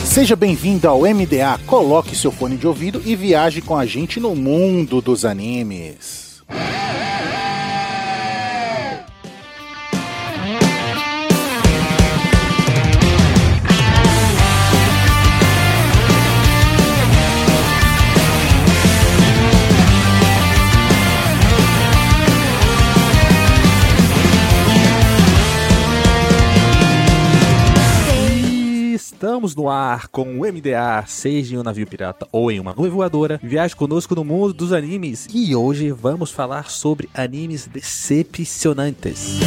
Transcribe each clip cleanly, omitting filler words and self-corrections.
Seja bem-vindo ao MDA, coloque seu fone de ouvido e viaje com a gente no mundo dos animes. Estamos no ar com o MDA, seja em um navio pirata ou em uma nuvem voadora. Viaje conosco no mundo dos animes e hoje vamos falar sobre animes decepcionantes.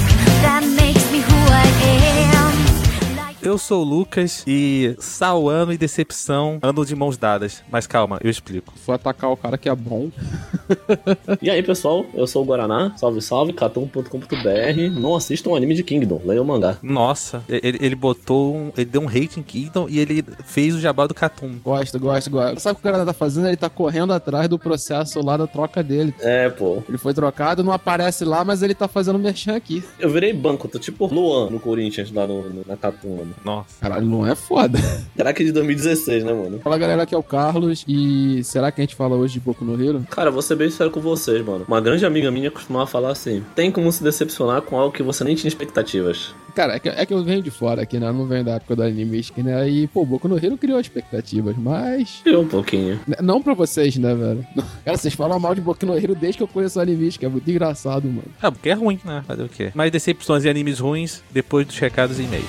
Eu sou o Lucas e Sauano e decepção andam de mãos dadas. Mas calma, eu explico. Foi atacar o cara que é bom. E aí, pessoal, eu sou o Guaraná. Salve, salve, catum.com.br. Não assistam o anime de Kingdom, leiam o mangá. Nossa, ele botou ele deu um hate em Kingdom e ele fez o jabá do Catum. Gosto. Sabe o que o Guaraná tá fazendo? Ele tá correndo atrás do processo lá da troca dele. É, pô. Ele foi trocado, não aparece lá, mas ele tá fazendo merchan aqui. Eu virei banco, tô tipo Luan no Corinthians, lá na Catum, mano. Nossa. Caralho, não é foda. Caraca, de 2016, né, mano? Fala, galera, aqui é o Carlos e será que a gente fala hoje de Boku no Hero? Cara, vou ser bem sério com vocês, mano. Uma grande amiga minha costumava falar assim: tem como se decepcionar com algo que você nem tinha expectativas. Cara, é que eu venho de fora aqui, né? Eu não venho da época do anime, né? E, pô, Boku no Hero criou expectativas, mas... Eu um pouquinho. Não pra vocês, né, velho? Cara, vocês falam mal de Boku no Hero desde que eu conheço o anime, que é muito engraçado, mano. Ah, porque é ruim, né? Fazer o quê? Mais decepções e animes ruins depois dos recados e e-mails.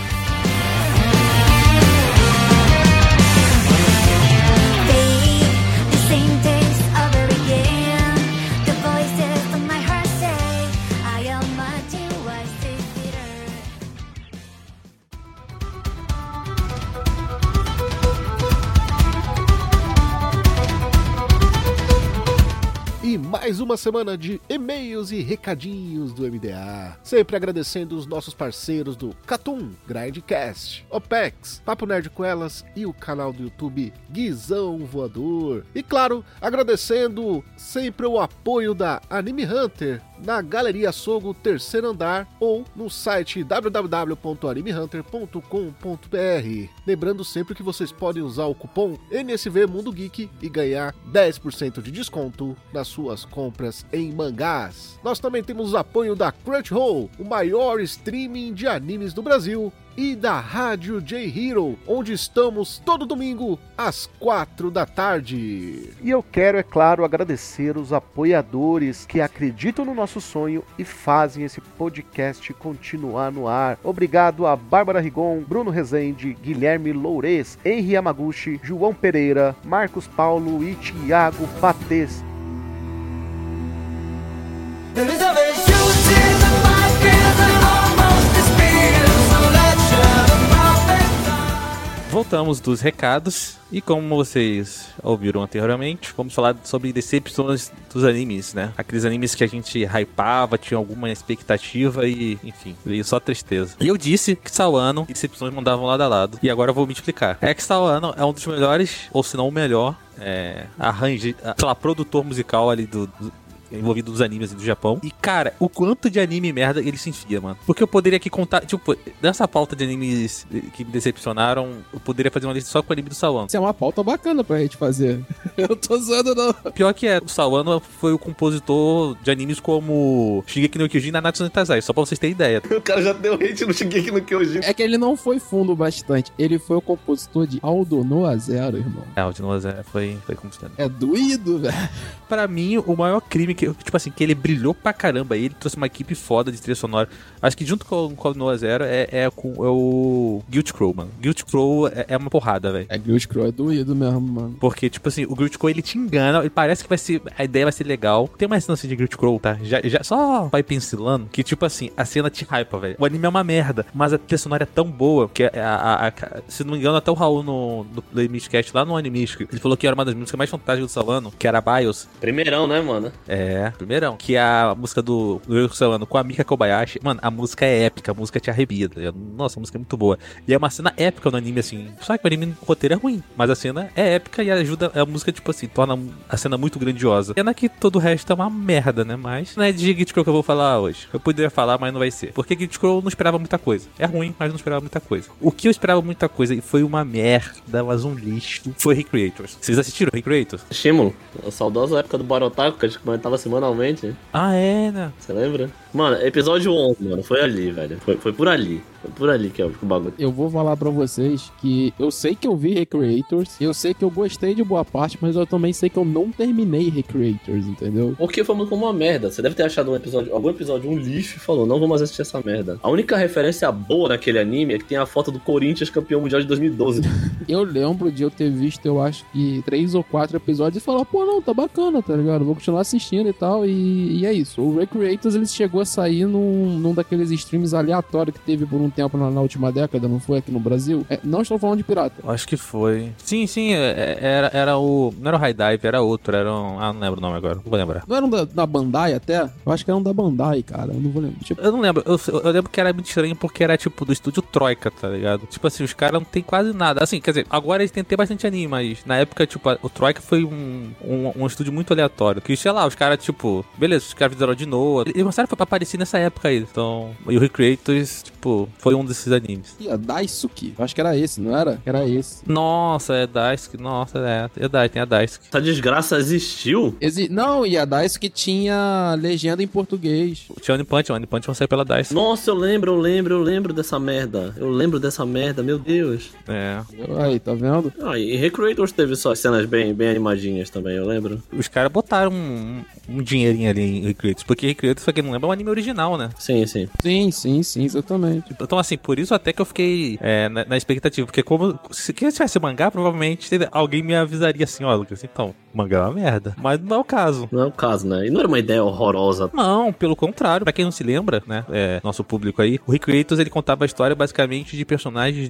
Mais uma semana de e-mails e recadinhos do MDA. Sempre agradecendo os nossos parceiros do Catum, Grindcast, OPEX, Papo Nerd com Elas e o canal do YouTube Guizão Voador. E claro, agradecendo sempre o apoio da Anime Hunter na Galeria Sogo, terceiro andar, ou no site www.animehunter.com.br. Lembrando sempre que vocês podem usar o cupom NSV Mundo Geek e ganhar 10% de desconto nas suas compras em mangás. Nós também temos o apoio da Crunchyroll, o maior streaming de animes do Brasil, e da Rádio J-Hero, onde estamos todo domingo às 4 da tarde. E eu quero, é claro, agradecer os apoiadores que acreditam no nosso sonho e fazem esse podcast continuar no ar. Obrigado a Bárbara Rigon, Bruno Rezende, Guilherme Loures, Henri Yamaguchi, João Pereira, Marcos Paulo e Thiago Pates. Voltamos dos recados e como vocês ouviram anteriormente, vamos falar sobre decepções dos animes, né? Aqueles animes que a gente hypava, tinha alguma expectativa e, enfim, veio só tristeza. E eu disse que Sawano e decepções mandavam lado a lado. E agora eu vou me explicar. É que Sawano é um dos melhores, ou se não o melhor, produtor musical ali envolvido dos animes do Japão. E, cara, o quanto de anime merda ele se enfia, mano. Porque eu poderia aqui contar, tipo, dessa pauta de animes que me decepcionaram, eu poderia fazer uma lista só com o anime do Sawano. Isso é uma pauta bacana pra gente fazer. Eu não tô zoando, não. Pior que o Sawano foi o compositor de animes como Shingeki no Kyojin e Nanatsu no Taizai, só pra vocês terem ideia. O cara já deu hate no Shingeki no Kyojin. É que ele não foi fundo bastante. Ele foi o compositor de Aldnoah Zero, irmão. Aldnoah Zero foi compositor. É doído, velho. Pra mim, o maior crime que ele brilhou pra caramba. Ele trouxe uma equipe foda de trilha sonora. Acho que junto com o Noah Zero é o Guilty Crow, mano. Guilty Crow é uma porrada, velho. Guilty Crow é doído mesmo, mano. Porque, tipo assim, o Guilty Crow, ele te engana. Ele parece que a ideia vai ser legal. Tem uma cena assim de Guilty Crow, tá? Já só vai pincelando que, tipo assim, a cena te hypa, velho. O anime é uma merda, mas a trilha sonora é tão boa que se não me engano, até o Raul no Playmist Cast lá no Animistic, ele falou que era uma das músicas mais fantásticas do Sawano, que era a BIOS. Primeirão, né, mano? É, Primeirão. Que é a música do Yoko Sawano com a Mika Kobayashi. Mano, a música é épica, a música te arrebia. Tá ligado? Nossa, a música é muito boa. E é uma cena épica no anime, assim. Só que o anime, o roteiro é ruim, mas a cena é épica e ajuda, a música, tipo assim, torna a cena muito grandiosa. Pena que todo o resto é uma merda, né? Mas não é de Git Crow que eu vou falar hoje. Eu poderia falar, mas não vai ser. Porque Git Crow não esperava muita coisa. É ruim, mas não esperava muita coisa. O que eu esperava muita coisa e foi uma merda, mas um lixo, foi Recreators. Vocês assistiram Recreators? Estímulo. A saudosa época do Barotaku, que a gente comentava semanalmente. Ah, é, né? Você lembra? Mano, episódio 11, mano. Foi ali, velho. Foi por ali. Foi por ali que é o bagulho. Eu vou falar pra vocês que eu sei que eu vi Recreators, eu sei que eu gostei de boa parte, mas eu também sei que eu não terminei Recreators, entendeu? Porque foi como uma merda. Você deve ter achado algum episódio um lixo e falou, não vamos assistir essa merda. A única referência boa naquele anime é que tem a foto do Corinthians campeão mundial de 2012. Eu lembro de eu ter visto, eu acho que 3 ou 4 episódios e falar, pô, não, tá bacana, tá ligado? Vou continuar assistindo e tal, e é isso. O Recreators, ele chegou a sair num daqueles streams aleatórios que teve por um tempo na última década, não foi aqui no Brasil? Não estou falando de pirata. Acho que foi. Sim, era o... Não era o High Dive, era outro, era um... Ah, não lembro o nome agora, não vou lembrar. Não era um da Bandai até? Eu acho que era um da Bandai, cara, eu não vou lembrar. Eu não lembro, eu lembro que era muito estranho porque era tipo do estúdio Troika, tá ligado? Tipo assim, os caras não tem quase nada. Assim, quer dizer, agora eles têm bastante anime, mas na época, tipo, o Troika foi um estúdio muito aleatório. Que, sei lá, os caras, tipo, beleza, os caras fizeram de novo. Eles mostraram pra aparecer nessa época aí. Então, e o Recreators, tipo, foi um desses animes. E a Daisuke, eu acho que era esse, não era? Era esse. Nossa, é Daisuke, nossa, tem a Daisuke. Essa desgraça existiu? Não, e a Daisuke tinha legenda em português. Tinha o One Punch saiu pela Daisuke. Nossa, eu lembro dessa merda. Eu lembro dessa merda, meu Deus. É. Aí, tá vendo? Ah, e Recreators teve só cenas bem animadinhas também, eu lembro. Os caras botaram um dinheirinho ali em Recreators, porque Recreators, pra quem não lembra, é um anime original, né? Sim. Sim, exatamente. Então, assim, por isso até que eu fiquei na expectativa, porque como se tivesse mangá, provavelmente alguém me avisaria assim, ó, Lucas, então, mangá é uma merda. Mas não é o caso. Não é o caso, né? E não era uma ideia horrorosa. Não, pelo contrário. Pra quem não se lembra, né, nosso público aí, o Recreators, ele contava a história basicamente de personagens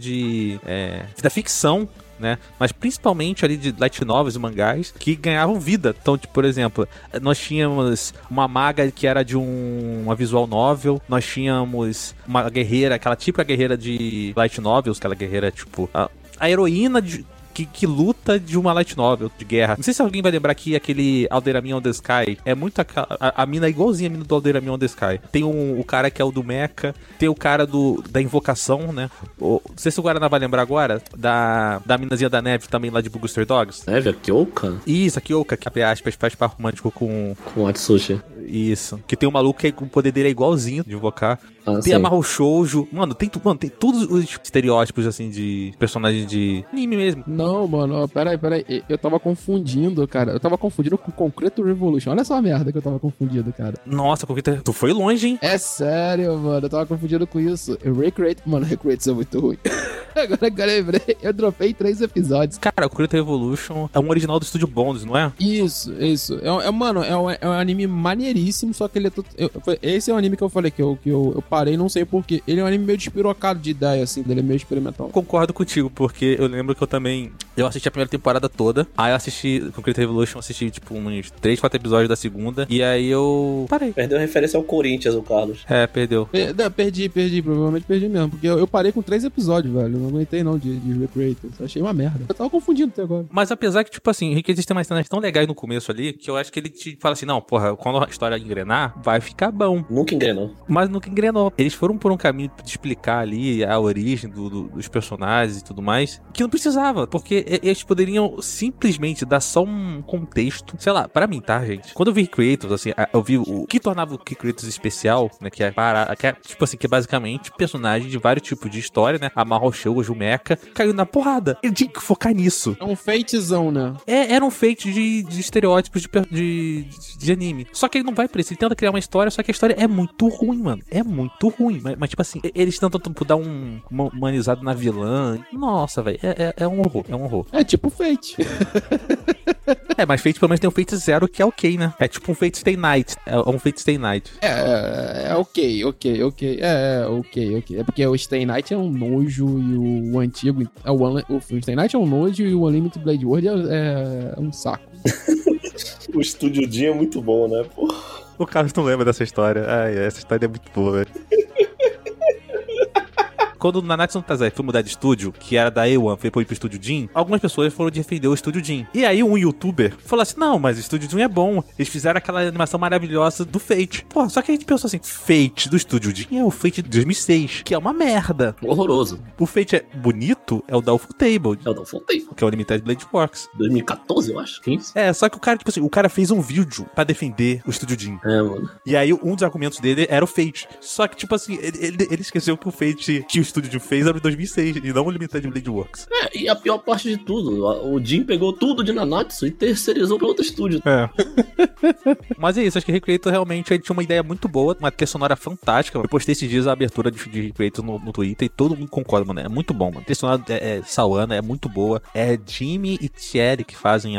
da ficção, né? Mas principalmente ali de light novels e mangás que ganhavam vida. Então, tipo, por exemplo, nós tínhamos uma maga que era de uma visual novel, nós tínhamos uma guerreira, aquela típica guerreira de light novels, aquela guerreira, tipo, a heroína que luta de uma light novel de guerra. Não sei se alguém vai lembrar que aquele Alderamin on the Sky é muito a mina é igualzinha a mina do Alderamin on the Sky. Tem o cara que é o do Mecha, tem o cara da Invocação, né? Não sei se o Guaraná vai lembrar agora da minazinha da neve também lá de Booster Dogs. Neve, a Kyoka? Isso, a Kyoka, que a aspas faz par romântico com o Atsushi. Isso. Que tem um maluco que o poder dele é igualzinho de invocar. Tem a Mahou Shoujo. Mano, tem todos os estereótipos, assim, de personagem de anime mesmo. Não, mano, peraí. Eu tava confundindo, cara. Eu tava confundindo com Concreto Revolution. Olha essa merda que eu tava confundindo, cara. Nossa, tu foi longe, hein? É sério, mano. Eu tava confundindo com isso. Recreators é muito ruim. Agora que eu lembrei, eu dropei 3 episódios. Cara, o Concreto Revolution é um original do estúdio Bonds, não é? Isso. Mano, é um anime maneiríssimo, só que ele é esse é o anime que eu falei que eu parei, não sei porquê. Ele é um anime meio despirocado de ideia, assim, dele é meio experimental. Concordo contigo, porque eu lembro que eu assisti a primeira temporada toda, aí eu assisti Concrete Revolution, assisti tipo uns 3, 4 episódios da segunda, e aí eu parei. Perdeu a referência ao Corinthians, o Carlos. É, perdeu. Perdi, provavelmente perdi mesmo, porque eu parei com 3 episódios, velho, não aguentei não de Recreators, achei uma merda. Eu tava confundindo até agora. Mas apesar que, tipo assim, o Recreators tem umas cenas tão legais no começo ali, que eu acho que ele te fala assim, não, porra, quando a história engrenar, vai ficar bom. Nunca engrenou. Mas nunca engrenou. Eles foram por um caminho de explicar ali a origem dos personagens e tudo mais, que não precisava, porque eles poderiam simplesmente dar só um contexto, sei lá, pra mim, tá, gente? Quando eu vi Recreators, assim, eu vi o que tornava o Recreators especial, né, que é tipo assim, que é basicamente personagem de vários tipos de história, né? A Mahou Shoujo, o Mecha, caiu na porrada. Ele tinha que focar nisso. É um fatezão, né? Era um fate de estereótipos de anime. Só que ele não vai pra isso, ele tenta criar uma história, só que a história é muito ruim, mano. É muito ruim. Mas tipo assim, eles tentam dar um humanizado na vilã. Nossa, velho, é um horror, é um horror. É tipo Fate. Mas Fate pelo menos tem um Fate Zero que é ok, né? É tipo um Fate Stay Night. É um Fate Stay Night. Ok. É porque o Stay Night é um nojo e o antigo... O Stay Night é um nojo e o Unlimited Blade World é um saco. O Estúdio Jin é muito bom, né, pô? O Carlos não lembra dessa história. Ai, essa história é muito boa, velho. Quando o Nanatsu no Taizai foi mudar de estúdio, que era da A1, foi pro estúdio Jin, algumas pessoas foram defender o estúdio Jin. E aí um youtuber falou assim, não, mas o estúdio Jin é bom. Eles fizeram aquela animação maravilhosa do Fate. Pô, só que a gente pensou assim, Fate do estúdio Jin é o Fate de 2006, que é uma merda. Horroroso. O Fate é bonito, é o Doubtful Table. É o Doubtful Table. Que é o Limited Blade Works. 2014, eu acho. 15. É, só que o cara, tipo assim, o cara fez um vídeo pra defender o estúdio Jin. É, mano. E aí um dos argumentos dele era o Fate. Só que, tipo assim, ele esqueceu que o Fate que o estúdio Jin fez era em 2006 e não o Limited Blade Works. É, e a pior parte de tudo, o Jin pegou tudo de Nanatsu e terceirizou pra outro estúdio. É. Mas é isso, acho que Recreator realmente ele tinha uma ideia muito boa, uma trilha sonora fantástica. Eu postei esses dias a abertura de Recreator no Twitter e todo mundo concorda, mano. É muito bom, mano. A trilha sonora é Sawana, é muito boa. É Jimmy e Thierry que fazem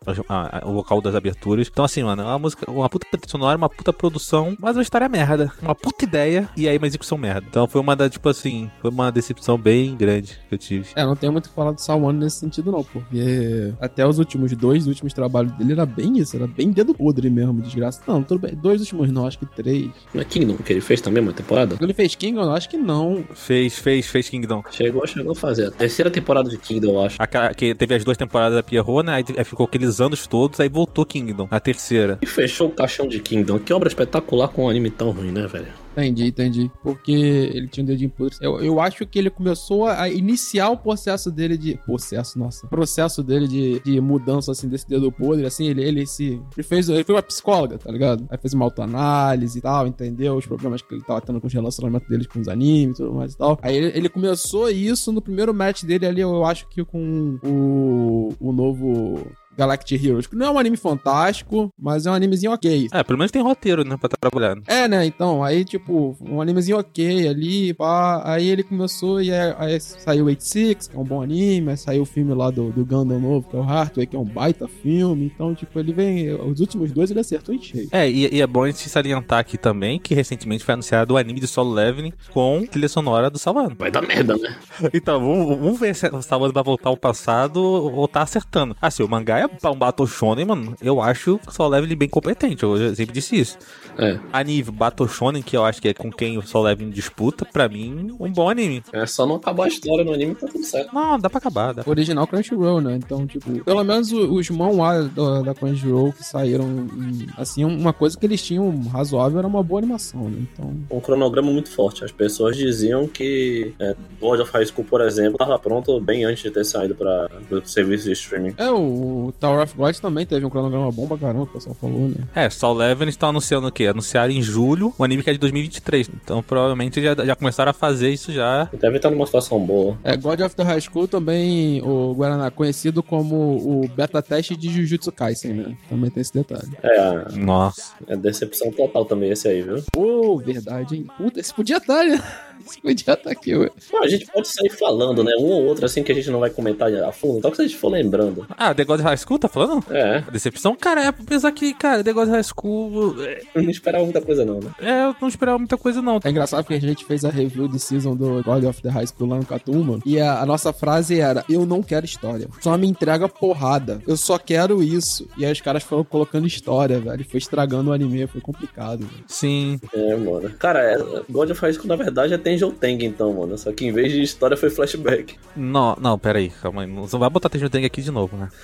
o vocal das aberturas. Então, assim, mano, é uma música, uma puta trilha sonora, uma puta produção, mas uma história merda. Uma puta ideia e aí uma execução merda. Então foi uma tipo assim, foi uma decepção bem grande que eu tive. É, não tenho muito o que falar do Sawana nesse sentido não, porque até os últimos trabalhos dele era bem isso, era bem dedo podre mesmo, desgraça. Não, tudo bem, 2 últimos não, acho que 3. Não é Kingdom que ele fez também uma temporada? Ele fez Kingdom? Acho que não. Fez Kingdom. Chegou a fazer. A terceira temporada de Kingdom, eu acho. Que teve as 2 temporadas da Pierrot, né? Aí ficou aqueles anos todos, aí voltou Kingdom, a terceira. E fechou o caixão de Kingdom. Que obra espetacular com um anime tão ruim, né, velho? Entendi. Porque ele tinha um dedinho podre. Eu acho que ele começou a iniciar o processo dele de... Processo dele de mudança, assim, desse dedo podre, assim, ele foi uma psicóloga, tá ligado? Aí fez uma autoanálise e tal, entendeu? Os problemas que ele tava tendo com os relacionamentos dele com os animes e tudo mais e tal. Aí ele começou isso no primeiro match dele ali, eu acho que com o novo... Galactic Heroes, que não é um anime fantástico, mas é um animezinho ok. É, pelo menos tem roteiro, né, pra trabalhar. É, né, então, aí, tipo, um animezinho ok ali, pá, aí ele começou e aí saiu 86, que é um bom anime, aí saiu o filme lá do Gundam novo, que é o Heartway, que é um baita filme, então, tipo, ele vem, os últimos 2 ele acertou em cheio. É, e é bom a gente salientar aqui também, que recentemente foi anunciado o anime de Solo Leveling com trilha sonora do Salvando. Vai dar merda, né? Então, vamos ver se o Salvando vai voltar ao passado ou tá acertando. Assim, o mangá pra um Battle Shonen, mano, eu acho o Solo Leveling bem competente, eu sempre disse isso. É. A nível Battle Shonen, que eu acho que é com quem o Solo Leveling disputa, pra mim, um bom anime. É só não acabar a história no anime, tá tudo certo. Não, dá pra acabar. Original Crunchyroll, né? Então, tipo, pelo menos os manhwa da Crunchyroll que saíram, assim, uma coisa que eles tinham razoável era uma boa animação, né? Então... Um cronograma muito forte. As pessoas diziam que Lord of High School, por exemplo, tava pronto bem antes de ter saído para o serviço de streaming. É, o Tower of God também teve um cronograma bom pra caramba, o pessoal falou, né? É, Solo Leveling estão anunciando o quê? Anunciaram em julho o anime que é de 2023. Então, provavelmente já começaram a fazer isso já. Deve estar numa situação boa. God of the High School também, o Guaraná, conhecido como o beta teste de Jujutsu Kaisen, né? Também tem esse detalhe. Nossa. É decepção total também esse aí, viu? Pô, verdade, hein? Puta, esse podia estar, né? Esse podia estar aqui, ué. Pô, a gente pode sair falando, né? Um ou outro, assim, que a gente não vai comentar a fundo. Então, que se a gente for lembrando. Ah, The God High School, tá falando? É. Decepção? Cara, apesar que, cara, The God High School... Eu não esperava muita coisa, não, né? Eu não esperava muita coisa, não. É engraçado porque a gente fez a review de season do God of the High School lá no Catum, mano. E a nossa frase era, eu não quero história. Só me entrega porrada. Eu só quero isso. E aí os caras foram colocando história, velho. Foi estragando o anime, foi complicado, velho. Sim. É, mano. Cara, God of High School, na verdade, é Tenjo Teng, então, mano. Só que em vez de história, foi flashback. Não, pera aí, calma aí. Não vai botar Tenjo Teng aqui de novo, né?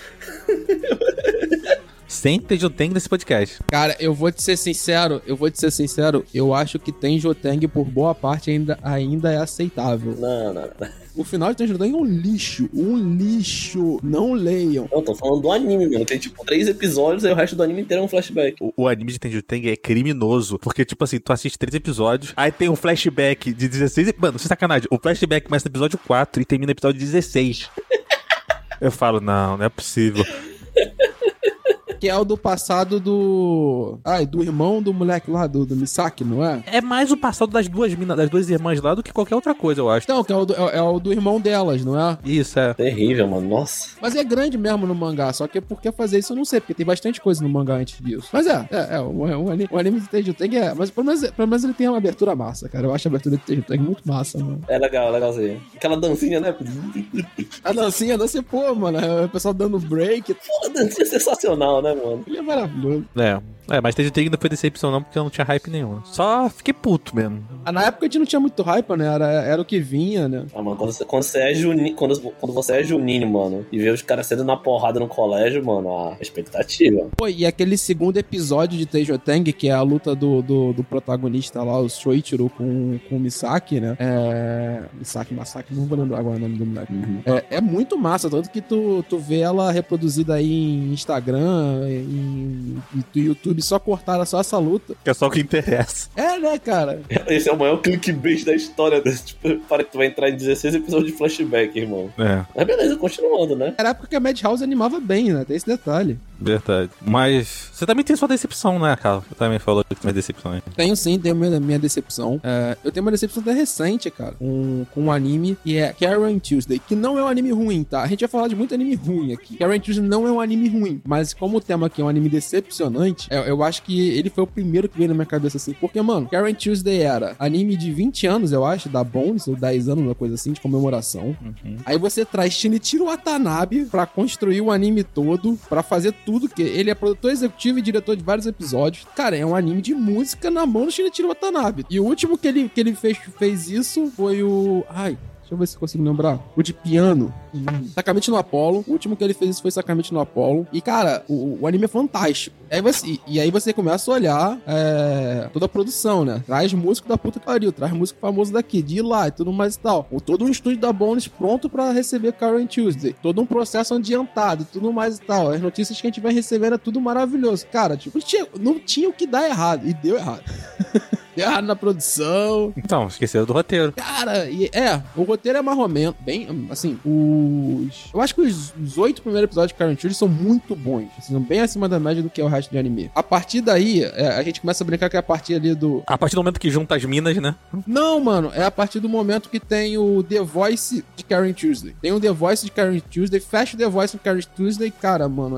Sem Tenjo Teng nesse podcast. Cara, eu vou te ser sincero, eu acho que Tenjo Teng, por boa parte, ainda é aceitável. Não. O final de Tenjo Teng é um lixo. Não leiam. Não, tô falando do anime, mano. Tem, tipo, 3 episódios e o resto do anime inteiro é um flashback. O anime de Tenjo Teng é criminoso, porque, tipo assim, tu assiste 3 episódios, aí tem um flashback de 16... Mano, sem sacanagem, o flashback começa no episódio 4 e termina no episódio 16. Eu falo, não é possível. Que é o do passado do irmão do moleque lá, do Misaki, não é? É mais o passado das duas irmãs lá do que qualquer outra coisa, eu acho. Então, que é o do irmão delas, não é? Isso, é. Terrível, mano. Nossa. Mas é grande mesmo no mangá, só que por que fazer isso eu não sei, porque tem bastante coisa no mangá antes disso. Mas o anime de Tenjo Teng mas pelo menos ele tem uma abertura massa, cara. Eu acho a abertura de Tenjo Teng muito massa, mano. É legalzinho. Aquela dancinha, né? A dancinha, pô, mano, o pessoal dando break. Pô, a dancinha é sensacional, né, mano? Ele é maravilhoso. É. Mas Stage Trigger não foi decepção não, porque eu não tinha hype nenhum. Só fiquei puto mesmo. Na época a gente não tinha muito hype, né? Era o que vinha, né? Mano, quando você é juninho, mano, e vê os caras sendo na porrada no colégio, mano, a expectativa. Pô, e aquele segundo episódio de Teijotang, que é a luta do protagonista lá, o Shoichiro com o Misaki, né? Masaki, não vou lembrar agora o nome do moleque. É muito massa, tanto que tu vê ela reproduzida aí em Instagram, em YouTube, só cortaram só essa luta. Que é só o que interessa. Né, cara? Esse é o maior clickbait da história. Tipo, para que tu vai entrar em 16 episódios de flashback, irmão. Mas beleza, continuando, né? Era a época que a Madhouse animava bem, né? Tem esse detalhe. Verdade. Mas você também tem sua decepção, né, Carlos? Você também falou que tem decepção aí. Tenho sim, tenho minha decepção. Eu tenho uma decepção até recente, cara, com um anime que é Karen Tuesday, que não é um anime ruim, tá? A gente vai falar de muito anime ruim aqui. Karen Tuesday não é um anime ruim, mas como o tema aqui é um anime decepcionante, eu acho que ele foi o primeiro que veio na minha cabeça assim. Porque, mano, Karen Tuesday era anime de 20 anos, eu acho, da Bones, ou 10 anos, uma coisa assim, de comemoração. Aí você traz Shinichiro Watanabe pra construir o anime todo, pra fazer tudo, que ele é produtor executivo e diretor de vários episódios. Cara, é um anime de música na mão do Shinichiro Watanabe. E o último que ele fez isso foi o... Deixa eu ver se eu consigo lembrar. O de piano. Sacamente no Apollo. O último que ele fez isso foi Sacamente no Apollo. E, cara, o anime é fantástico. Aí você começa a olhar toda a produção, né? Traz músico da puta que pariu. Traz músico famoso daqui, de lá e tudo mais e tal. Todo um estúdio da Bones pronto pra receber Karen Tuesday. Todo um processo adiantado, tudo mais e tal. As notícias que a gente vai recebendo é tudo maravilhoso. Cara, tipo, não tinha o que dar errado. E deu errado. Deu errado na produção. Então, esqueceram do roteiro. Cara, o roteiro é mais ou menos, bem, assim, eu acho que os 8 primeiros episódios de Karen Tuesday são muito bons, assim, são bem acima da média do que é o resto de anime. A partir daí, a gente começa a brincar que é a partir ali do... A partir do momento que junta as minas, né? Não, mano, é a partir do momento que tem o The Voice de Karen Tuesday. Tem o The Voice de Karen Tuesday, fecha o The Voice de Karen Tuesday, cara, mano,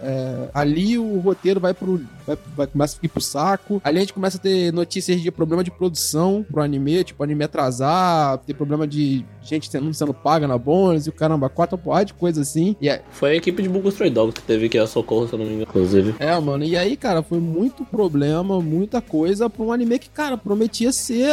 ali o roteiro vai começa a ir pro saco. Ali a gente começa a ter notícias de problema de produção pro anime, tipo, anime atrasar, ter problema de gente sendo paga na bônus e o caramba, 4 porra de coisa assim. Foi a equipe de Bungo Stray Dogs que teve que ir a socorro, se eu não me engano, inclusive. Mano, e aí, cara, foi muito problema, muita coisa pra um anime que, cara, prometia ser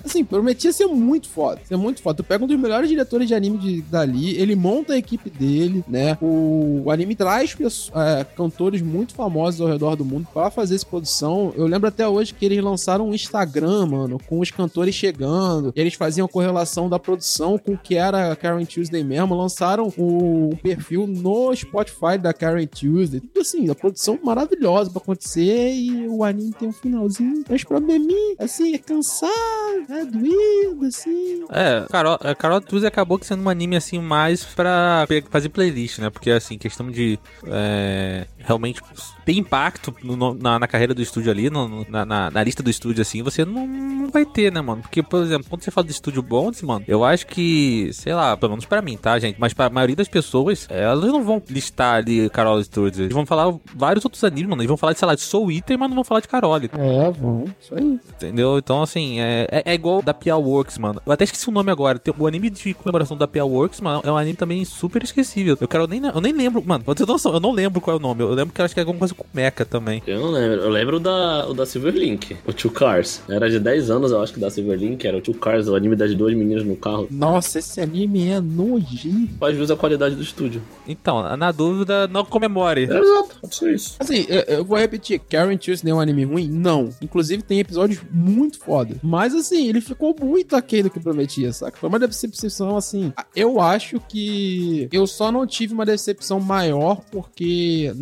muito foda. Ser muito foda. Tu pega um dos melhores diretores de anime dali, ele monta a equipe dele, né? O anime traz cantores muito famosos ao redor do mundo pra fazer essa produção. Eu lembro até hoje que eles lançaram um Instagram, mano, com os cantores chegando, e eles faziam a correlação da produção com o que era a Karen Tuesday mesmo, lançaram o perfil no Spotify da Karen Tuesday, tudo assim, a produção maravilhosa pra acontecer, e o anime tem um finalzinho, mas probleminha, assim, é cansado, é doído, assim. Carol Tuesday acabou sendo um anime, assim, mais pra fazer playlist, né, porque, assim, questão de realmente ter impacto na carreira do estúdio ali, na lista do estúdio, assim, você não vai ter, né, mano? Porque, por exemplo, quando você fala de estúdio Bones, mano, eu acho que, sei lá, pelo menos pra mim, tá, gente? Mas pra maioria das pessoas, elas não vão listar ali Carol Studios. Eles vão falar vários outros animes, mano. Eles vão falar de, sei lá, de Soul Eater, mas não vão falar de Carol. Vão. Isso aí. Entendeu? Então, assim, é igual da Pia Works, mano. Eu até esqueci o nome agora. O anime de comemoração da Pia Works, mano, é um anime também super esquecível. Eu nem lembro, mano, pra ter noção, eu não lembro qual é o nome. Eu lembro que eu acho que é alguma coisa com Mecha também. Eu não lembro. Eu lembro da Silverlink, o Two Cars. Era de 10 anos, eu acho que da Silverlink, era o Two Cars, o anime das 2 meninas no carro. Nossa, esse anime é nojinho. Faz jus à qualidade do estúdio. Então, na dúvida, não comemore. Exato, pode ser isso. Assim, eu vou repetir, Karen Tuesday é um anime ruim? Não. Inclusive tem episódios muito foda. Mas assim, ele ficou muito aquém do que prometia, saca? Foi uma decepção assim. Eu acho que eu só não tive uma decepção maior porque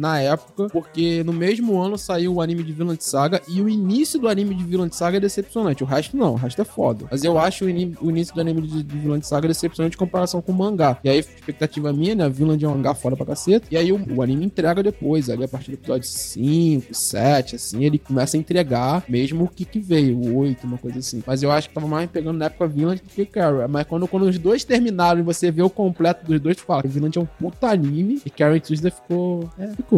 no mesmo ano saiu o anime de Vinland Saga e o início do anime de Vinland Saga é decepcionante. O resto não, o resto é foda. Mas eu acho o início do anime de Vinland Saga decepcionante em comparação com o mangá. E aí, a expectativa minha, né? Vinland é um mangá foda pra caceta. E aí o anime entrega depois. Ali a partir do episódio 5, 7, assim, ele começa a entregar mesmo o que veio, o 8, uma coisa assim. Mas eu acho que tava mais pegando na época Vinland do que Carol. Mas quando os dois terminaram e você vê o completo dos dois, tu fala que Vinland é um puta anime e Karen Tuesday ficou.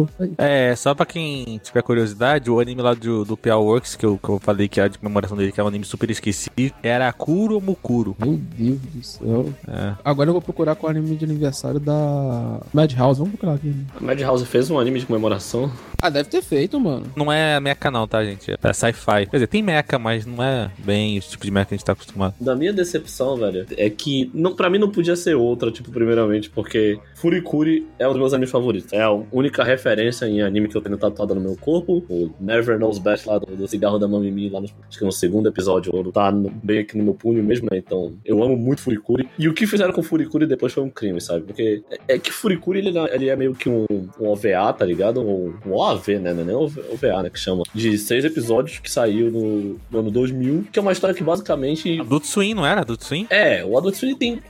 Só pra quem tiver curiosidade, o anime lá do Pia Works, que eu falei que é a de comemoração dele, que é um anime super esquecido, era Kuro Mukuro. Meu Deus do céu. Agora eu vou procurar com o anime de aniversário da Madhouse. Vamos procurar aqui. A Madhouse fez um anime de comemoração? Ah, deve ter feito, mano. Não é mecha não, tá, gente? É sci-fi. Quer dizer, tem mecha, mas não é bem esse tipo de mecha que a gente tá acostumado. Da minha decepção, velho, é que pra mim não podia ser outra, tipo, primeiramente, porque Furikuri é um dos meus animes favoritos. É a única referência em anime que eu tenho tatuado no meu corpo. O Never Knows Best lá do cigarro da Mamimi, lá acho que no segundo episódio, tá bem aqui no meu punho mesmo, né? Então, eu amo muito Furikuri. E o que fizeram com Furikuri depois foi um crime, sabe? Porque é que Furikuri, ele é meio que um OVA, tá ligado? Um OAV, né? Não é nem OVA, né? Que chama. De 6 episódios que saiu no ano 2000, que é uma história que basicamente... Adult Swim, não era? Adult Swim? É, o Adult Swim tem...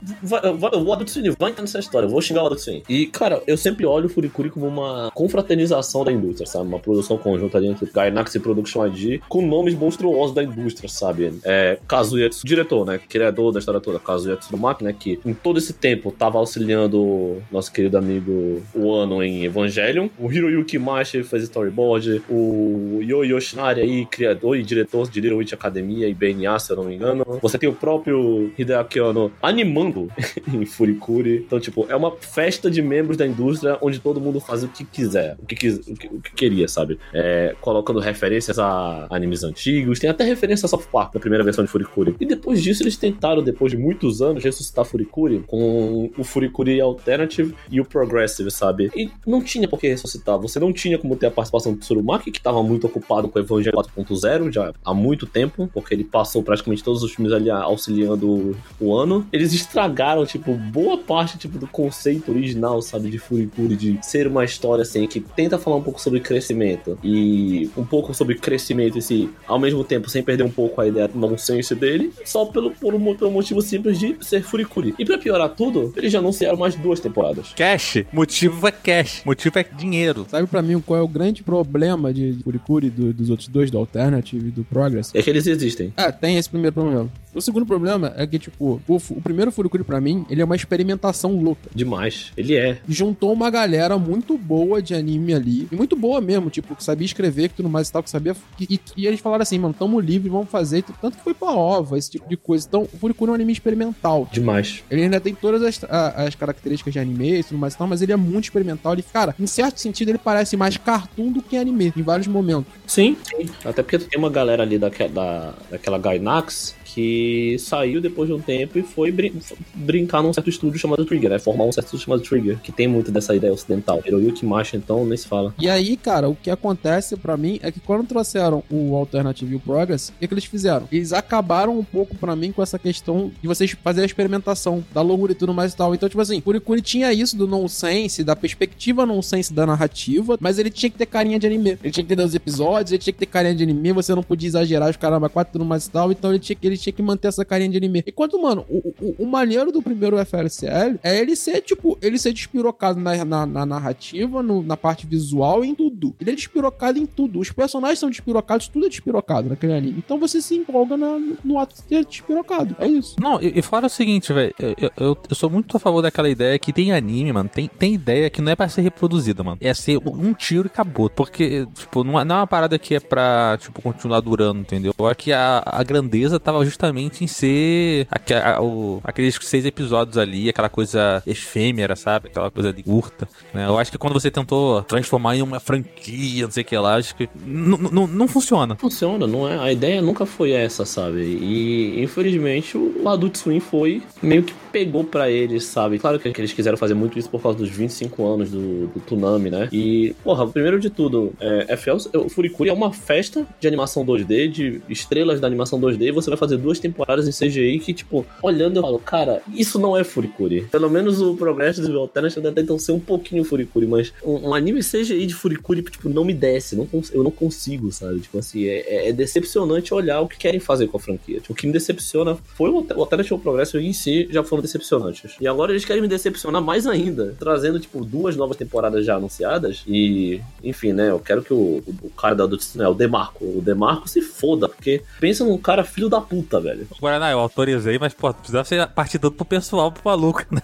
O Adult Swim vai entrar nessa história. Eu vou xingar o Adult Swim. E, cara, eu sempre olho o Furikuri como uma confraternização da indústria, sabe? Uma produção conjunta ali entre Gainax e Production ID, com nomes monstruosos da indústria, sabe? Kazuya, diretor, né? Criador da história toda. Kazuya Tsumaki, né? Que em todo esse tempo tava auxiliando o nosso querido amigo Wano em Evangelion. O Hiroyuki Mashi fez storyboard. O Yo Yoshinari aí, criador e diretor de Little Witch Academia e BNA, se eu não me engano. Você tem o próprio Hideaki Anno animando em Furikuri. Então, tipo, é uma festa de membros da indústria onde todo mundo faz o que quiser, o que queria, sabe? Colocando referências a animes antigos. Tem até referência a South Park, na primeira versão de Furikuri. E depois disso, eles tentaram, depois de muitos anos, ressuscitar Furikuri com o Furikuri Alternative e o Progressive, sabe? E não tinha por que ressuscitar. Você não tinha como ter a participação do Tsurumaki, que estava muito ocupado com o Evangelho 4.0 já há muito tempo, porque ele passou praticamente todos os filmes ali auxiliando o Ano. Eles estragaram, tipo, boa parte, tipo, do conceito original, sabe, de Furikuri, de ser uma história, assim, que tenta falar um pouco sobre crescimento e um pouco sobre crescimento em si, ao mesmo tempo, sem perder um pouco a ideia nonsense dele, só pelo motivo simples de ser Furikuri. E pra piorar tudo, eles já anunciaram mais 2 temporadas. Cash. Motivo é cash. Motivo é dinheiro. Sabe pra mim qual é o grande problema de Furikuri dos outros dois, do Alternative e do Progress? É que eles existem. Tem esse primeiro problema. O segundo problema é que, tipo, o primeiro Furikuri pra mim, ele é uma experimentação louca. Demais. Ele é. Juntou uma galera muito boa de anime ali, e muito boa mesmo, tipo, que sabia escrever, que tudo mais e tal, que sabia... E eles falaram assim, mano, tamo livre, vamos fazer, tanto que foi pra OVA, esse tipo de coisa. Então, o Furikuri é um anime experimental. Demais. Ele ainda tem todas as características de anime e tudo mais e tal, mas ele é muito experimental. Ele, cara, em certo sentido, ele parece mais cartoon do que anime, em vários momentos. Sim. Até porque tem uma galera ali daquela Gainax que saiu depois de um tempo e foi brincar num certo estúdio chamado Trigger, né? Formar um certo estúdio chamado Trigger, que tem muito dessa ideia ocidental. Hiroyuki Mashi, então, nem se fala. E aí, cara, o que acontece pra mim é que quando trouxeram o Alternative e o Progress, o que eles fizeram? Eles acabaram um pouco pra mim com essa questão de vocês fazerem a experimentação da loucura e tudo mais e tal. Então, tipo assim, Furikuri tinha isso do nonsense, da perspectiva nonsense da narrativa, mas ele tinha que ter carinha de anime. Ele tinha que ter os episódios, ele tinha que ter carinha de anime, você não podia exagerar os caramba 4 e tudo mais e tal, então ele tinha que manter essa carinha de anime. Enquanto, mano, o maneiro do primeiro FLCL é ele ser, tipo, ele ser despirocado na narrativa, na parte visual e em tudo. Ele é despirocado em tudo. Os personagens são despirocados, tudo é despirocado naquele anime. Então você se empolga no ato de ser despirocado. É isso. Não, e fora o seguinte, velho, eu sou muito a favor daquela ideia que tem anime, mano, tem ideia que não é pra ser reproduzida, mano. É ser um tiro e acabou. Porque, tipo, não é uma parada que é pra, tipo, continuar durando, entendeu? Eu acho que a grandeza tava justamente em ser aqueles 6 episódios ali, aquela coisa efêmera, sabe? Aquela coisa de curta, né? Eu acho que quando você tentou transformar em uma franquia, não sei o que lá, acho que não funciona. Funciona, não é? A ideia nunca foi essa, sabe? E, infelizmente, o Adult Swim foi meio que pegou pra eles, sabe? Claro que eles quiseram fazer muito isso por causa dos 25 anos do Toonami, né? E, porra, primeiro de tudo, o Furikuri é uma festa de animação 2D, de estrelas da animação 2D, e você vai fazer 2 temporadas em CGI que, tipo, olhando eu falo, cara, isso não é Furikuri. Pelo menos o Progressive e o Alternative tentam ser um pouquinho Furikuri, mas um anime CGI de Furikuri, tipo, não me desce, eu não consigo, sabe? Tipo assim, é decepcionante olhar o que querem fazer com a franquia. Tipo, o que me decepciona foi o Alternative e o Progressive em si já foram decepcionantes. E agora eles querem me decepcionar mais ainda, trazendo, tipo, 2 novas temporadas já anunciadas e, enfim, né, eu quero que o cara da Adult Swim, o Demarco se foda, porque pensa num cara filho da puta, velho. velho. Guaraná, eu autorizei, mas, pô, precisava ser partidando pro pessoal, pro maluco, né?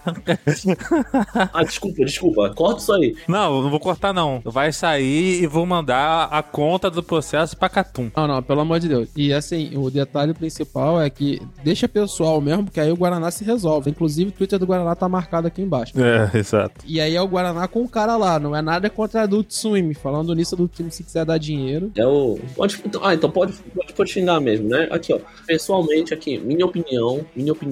Ah, desculpa. Corta isso aí. Não, eu não vou cortar, não. Vai sair e vou mandar a conta do processo pra Catum. Não, pelo amor de Deus. E assim, o detalhe principal é que deixa pessoal mesmo, porque aí o Guaraná se resolve. Inclusive, o Twitter do Guaraná tá marcado aqui embaixo. É, exato. E aí é o Guaraná com o cara lá, não é nada contra a Adult Swim. Falando nisso, Adult Swim, se quiser dar dinheiro. Então pode xingar mesmo, né? Aqui, ó. Pessoalmente, aqui, minha opinião,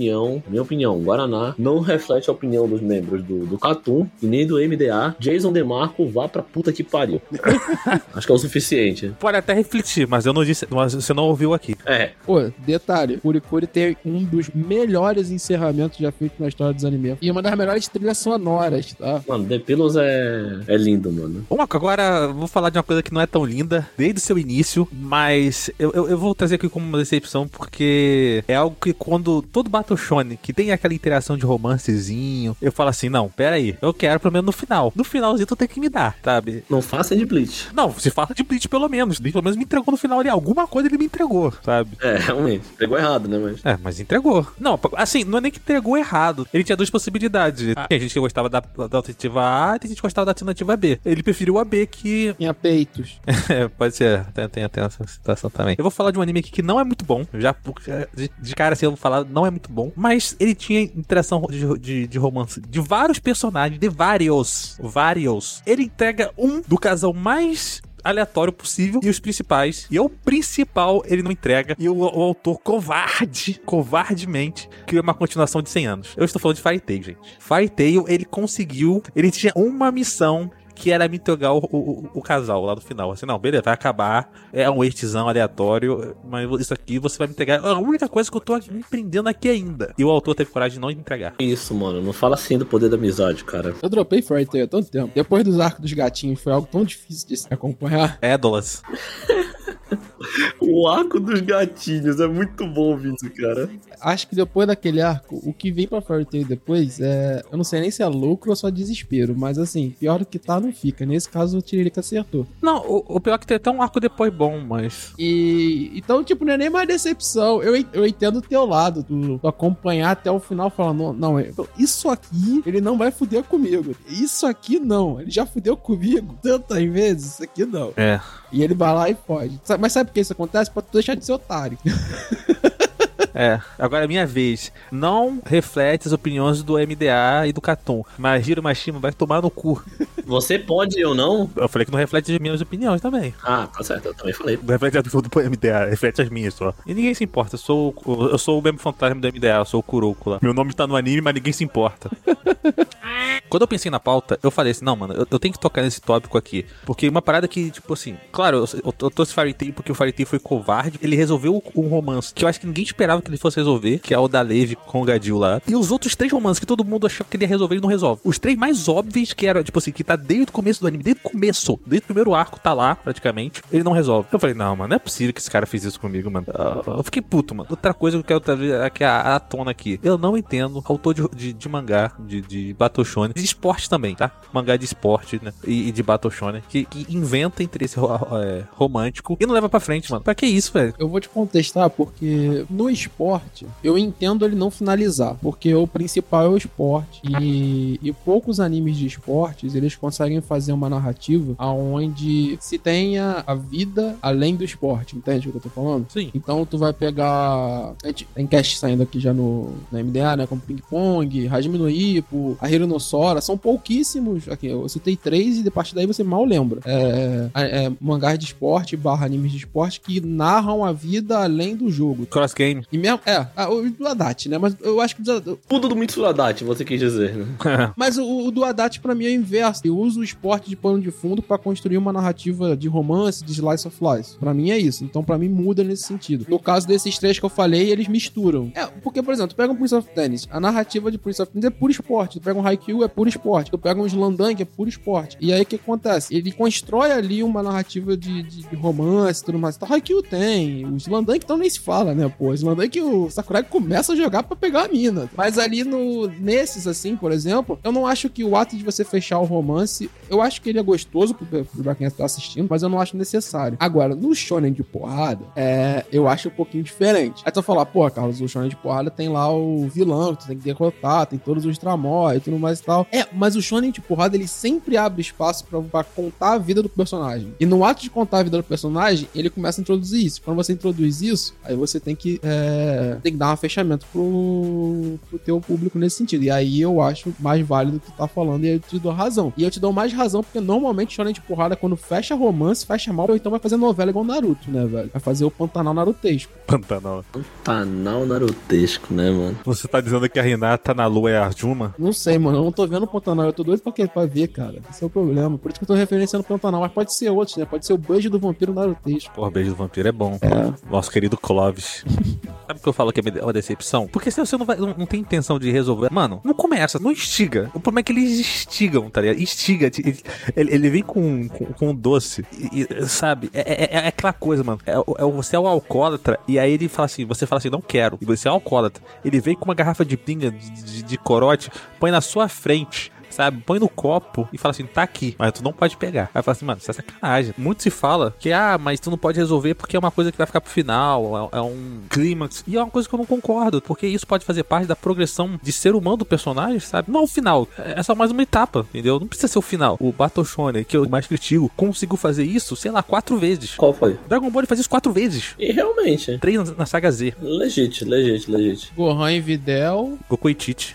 Guaraná não reflete a opinião dos membros do Catum e nem do MDA. Jason DeMarco, vá pra puta que pariu. Acho que é o suficiente. Pode até refletir, mas eu não disse, mas você não ouviu aqui. É. Pô, detalhe, Furikuri tem um dos melhores encerramentos já feitos na história dos animes. E uma das melhores trilhas sonoras, tá? Mano, The Pillows é lindo, mano. Agora vou falar de uma coisa que não é tão linda desde o seu início, mas eu vou trazer aqui como uma decepção porque é algo que quando todo Battle Shonen que tem aquela interação de romancezinho, eu falo assim, não, pera aí, eu quero pelo menos no final. No finalzinho tu tem que me dar, sabe? Não faça de Bleach. Não, se fala de Bleach pelo menos. Pelo menos me entregou no final ali. Alguma coisa ele me entregou, sabe? É, realmente. Entregou errado, né, mas... Mas entregou. Não, assim, não é nem que entregou errado. Ele tinha duas possibilidades. Tem gente que gostava da alternativa A e tem gente que gostava da alternativa B. Ele preferiu a B que... Tinha peitos. Pode ser. Tem essa situação também. Eu vou falar de um anime aqui que não é muito bom. Já de cara assim eu vou falar, não é muito bom. Mas ele tinha interação de romance de vários personagens, de vários. Ele entrega um do casal mais aleatório possível e os principais. E o principal ele não entrega. E o autor covardemente cria uma continuação de 100 anos. Eu estou falando de Fairy Tail, gente. Fairy Tail, ele conseguiu, ele tinha uma missão que era me entregar o casal lá no final. Assim, não, beleza, vai acabar, é um extizão aleatório, mas isso aqui você vai me entregar. É a única coisa que eu tô me prendendo aqui ainda. E o autor teve coragem de não entregar. Isso, mano, não fala assim do poder da amizade, cara. Eu dropei Fairy Tail há tanto tempo. Depois dos arcos dos gatinhos, foi algo tão difícil de se acompanhar. Édolas. O arco dos gatinhos é muito bom, Vitor, cara. Acho que depois daquele arco, o que vem pra Fairy Tail depois é... Eu não sei nem se é lucro ou só desespero, mas assim, pior do que tá, não fica. Nesse caso, o Tiririca acertou. Não, o pior é que tem até um arco depois bom, mas... Então, tipo, não é nem mais decepção. Eu entendo o teu lado, tu acompanhar até o final falando, não, isso aqui, ele não vai fuder comigo. Isso aqui, não. Ele já fudeu comigo tantas vezes, isso aqui não. É. E ele vai lá e pode. Mas sabe por que isso acontece? Pra tu deixar de ser otário. Agora é minha vez. Não reflete as opiniões do MDA e do Catum. Mas Hiro Mashima vai tomar no cu. Você pode, eu não? Eu falei que não reflete as minhas opiniões também. Ah, tá certo, eu também falei. Não reflete a do MDA, reflete as minhas só. E ninguém se importa, eu sou o mesmo fantasma do MDA, eu sou o Kuroko lá. Meu nome tá no anime, mas ninguém se importa. Quando eu pensei na pauta, eu falei assim, não, mano, eu tenho que tocar nesse tópico aqui. Porque uma parada que, tipo assim, claro, eu trouxe Fairy Tail porque o Fairy Tail foi covarde. Ele resolveu um romance que eu acho que ninguém esperava que ele fosse resolver, que é o da Levi com o Gadil lá. E os outros 3 romances que todo mundo achou que ele ia resolver, ele não resolve. Os 3 mais óbvios, que era, tipo assim, que tá desde o começo do anime, desde o primeiro arco, tá lá, praticamente, ele não resolve. Eu falei, não, mano, não é possível que esse cara fez isso comigo, mano. Eu fiquei puto, mano. Outra coisa que eu quero trazer aqui à tona aqui. Eu não entendo autor de mangá, de Battle Shonen, de esporte também, tá? Mangá de esporte, né? E de Battle Shonen, que inventa interesse romântico e não leva pra frente, mano. Pra que isso, velho? Eu vou te contestar porque no esporte, eu entendo ele não finalizar, porque o principal é o esporte e poucos animes de esportes, eles conseguem fazer uma narrativa onde se tenha a vida além do esporte, entende o que eu tô falando? Sim. Então tu vai pegar... Tem cast saindo aqui já na MDA, né? Como Ping Pong, Hajime no Ippo, a Hiro no Sora, são pouquíssimos. Aqui, eu citei 3 e a partir daí você mal lembra. Mangás de esporte / animes de esporte que narram a vida além do jogo. Cross Game. E mesmo... o do Haddad, né? Mas eu acho que... Tudo do Mitsu Haddad, você quis dizer, né? Mas o do Haddad pra mim é o inverso. Eu uso o esporte de pano de fundo pra construir uma narrativa de romance, de slice of life. Pra mim é isso. Então pra mim muda nesse sentido. No caso desses 3 que eu falei, eles misturam. Porque, por exemplo, tu pega um Prince of Tennis. A narrativa de Prince of Tennis é puro esporte. Tu pega um Haikyuu, é puro esporte. Tu pega um Slandunk, que é puro esporte. E aí o que acontece? Ele constrói ali uma narrativa de romance e tudo mais. Então, Haikyuu tem. Os Slandunk então nem se fala, né, pô? Os Slandunk, o Sakurai começa a jogar pra pegar a mina. Mas ali nesses, assim, por exemplo, eu não acho que o ato de você fechar o romance, eu acho que ele é gostoso pra quem tá assistindo, mas eu não acho necessário. Agora, no shonen de porrada, eu acho um pouquinho diferente. Aí tu vai falar, pô, Carlos, o shonen de porrada tem lá o vilão que tu tem que derrotar, tem todos os tramóis e tudo mais e tal. Mas o shonen de porrada, ele sempre abre espaço pra contar a vida do personagem. E no ato de contar a vida do personagem, ele começa a introduzir isso. Quando você introduz isso, aí você tem que dar um fechamento pro teu público nesse sentido. E aí eu acho mais válido o que tu tá falando e eu te dou razão. E eu te dou mais razão porque normalmente shonen de porrada, quando fecha romance, fecha mal, ou então vai fazer novela igual Naruto, né, velho? Vai fazer o Pantanal narutesco. Pantanal narutesco, né, mano? Você tá dizendo que a Hinata na lua é a Arjuna? Não sei, mano. Eu não tô vendo o Pantanal. Eu tô doido pra ver, cara. Esse é o problema. Por isso que eu tô referenciando o Pantanal. Mas pode ser outros, né? Pode ser o beijo do vampiro narutesco. Porra, beijo do vampiro é bom. Nosso querido Clovis. Sabe o que eu falo que é uma decepção? Porque se você não tem intenção de resolver... Mano, não começa, não instiga. O problema é que eles instigam, tá ligado? Instiga. Ele vem com doce. Sabe? É aquela coisa, mano. Você é o alcoólatra e aí ele fala assim, você fala assim, não quero. E você é o alcoólatra. Ele vem com uma garrafa de pinga, de corote, põe na sua frente, sabe? Põe no copo e fala assim, tá aqui, mas tu não pode pegar. Aí fala assim, mano, isso é sacanagem. Muito se fala que, mas tu não pode resolver porque é uma coisa que vai ficar pro final, é um clímax. E é uma coisa que eu não concordo, porque isso pode fazer parte da progressão de ser humano do personagem, sabe? Não é o final, é só mais uma etapa, entendeu? Não precisa ser o final. O Battle Shonen, que eu mais critico, conseguiu fazer isso, sei lá, 4 vezes. Qual foi? Dragon Ball faz isso 4 vezes. E realmente. 3 na saga Z. Legit. Gohan e Videl. Goku e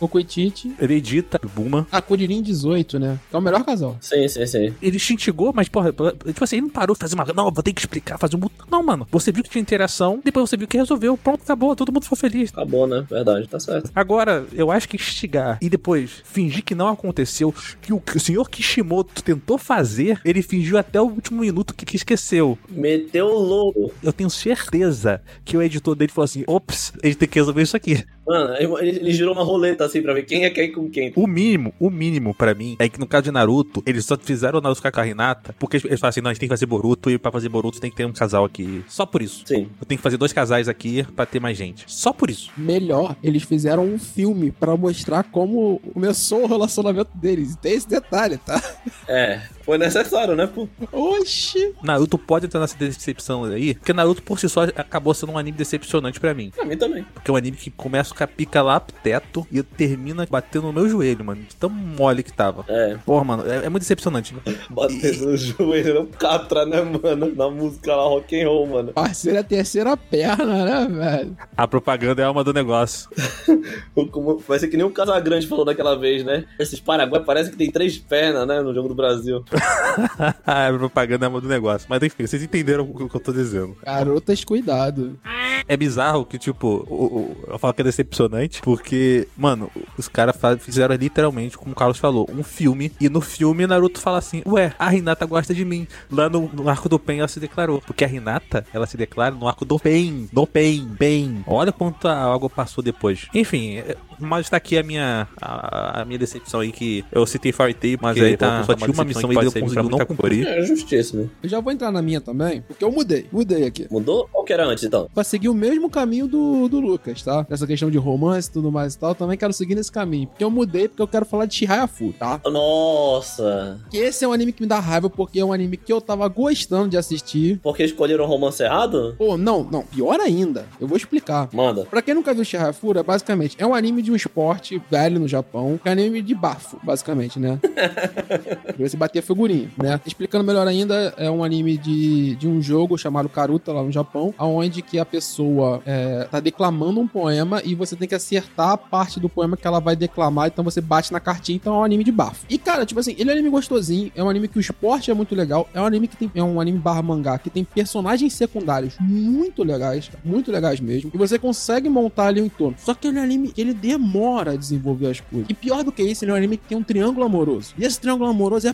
Tite. Vegeta, Bulma. Kuririn 18, né? Que é o melhor casal. Sim. Ele te instigou, mas, porra, tipo assim, ele não parou de fazer uma... Não, vou ter que explicar, fazer um... Não, mano. Você viu que tinha interação, depois você viu que resolveu, pronto, acabou, todo mundo ficou feliz. Acabou, né? Verdade, tá certo. Agora, eu acho que instigar e depois fingir que não aconteceu, que o senhor Kishimoto tentou fazer, ele fingiu até o último minuto que esqueceu. Meteu o louco. Eu tenho certeza que o editor dele falou assim, ops, ele tem que resolver isso aqui. Mano, ele girou uma roleta assim pra ver quem é quem com quem. O mínimo pra mim é que no caso de Naruto, eles só fizeram o Naruto ficar com a Hinata porque eles falam assim, não, a gente tem que fazer Boruto e pra fazer Boruto tem que ter um casal aqui. Só por isso. Sim. Eu tenho que fazer 2 casais aqui pra ter mais gente. Só por isso. Melhor, eles fizeram um filme pra mostrar como começou o relacionamento deles. Tem esse detalhe, tá? Foi necessário, né, pô? Oxi. Naruto pode entrar nessa decepção aí, porque Naruto por si só acabou sendo um anime decepcionante pra mim. Pra mim também. Porque é um anime que começa com a pica lá pro teto e termina batendo no meu joelho, mano. De tão mole que tava. Porra, mano, é muito decepcionante. Batendo no joelho, no catra, né, mano? Na música lá, rock and roll, mano. Parceiro, a terceira perna, né, velho? A propaganda é a alma do negócio. Vai ser que nem o Casagrande falou daquela vez, né? Esses Paraguai parece que tem 3 pernas, né, no jogo do Brasil. A propaganda é a alma do negócio. Mas enfim, vocês entenderam o que eu tô dizendo. Garotas, cuidado. É bizarro que, tipo, eu falo que é decepcionante, porque, mano, os caras fizeram literalmente, como o Carlos falou, um filme, e no filme Naruto fala assim, ué, a Hinata gosta de mim. Lá no arco do Pen ela se declarou, porque a Hinata, ela se declara no arco do Pen. Olha quanto a água passou depois. Enfim, mas tá aqui a minha decepção aí, que eu citei Fairy Tail, mas aí tá, só tinha uma missão aí que eu conseguiu não cumprir. É justíssimo. Eu já vou entrar na minha também, porque eu mudei aqui. Mudou? Qual que era antes, então? Pra seguir o mesmo caminho do Lucas, tá? Essa questão de romance e tudo mais e tal, também quero seguir nesse caminho. Porque eu mudei, porque eu quero falar de Chihaya Fu, tá? Nossa! Que esse é um anime que me dá raiva, porque é um anime que eu tava gostando de assistir. Porque escolheram o romance errado? Pô, não, pior ainda. Eu vou explicar. Manda. Pra quem nunca viu Chihaya Fu, basicamente, é um anime de um esporte velho no Japão, é um anime de bafo, basicamente, né? Pra você bater a figurinha, né? Explicando melhor ainda, é um anime de um jogo chamado Karuta, lá no Japão, onde que a pessoa tá declamando um poema e você tem que acertar a parte do poema que ela vai declamar, então você bate na cartinha, então é um anime de bafo. E, cara, tipo assim, ele é um anime gostosinho, é um anime que o esporte é muito legal, é um anime que é um anime barra mangá, que tem personagens secundários muito legais mesmo, e você consegue montar ali um entorno. Só que ele é um anime que ele demora a desenvolver as coisas. E pior do que isso, ele é um anime que tem um triângulo amoroso. E esse triângulo amoroso é a pior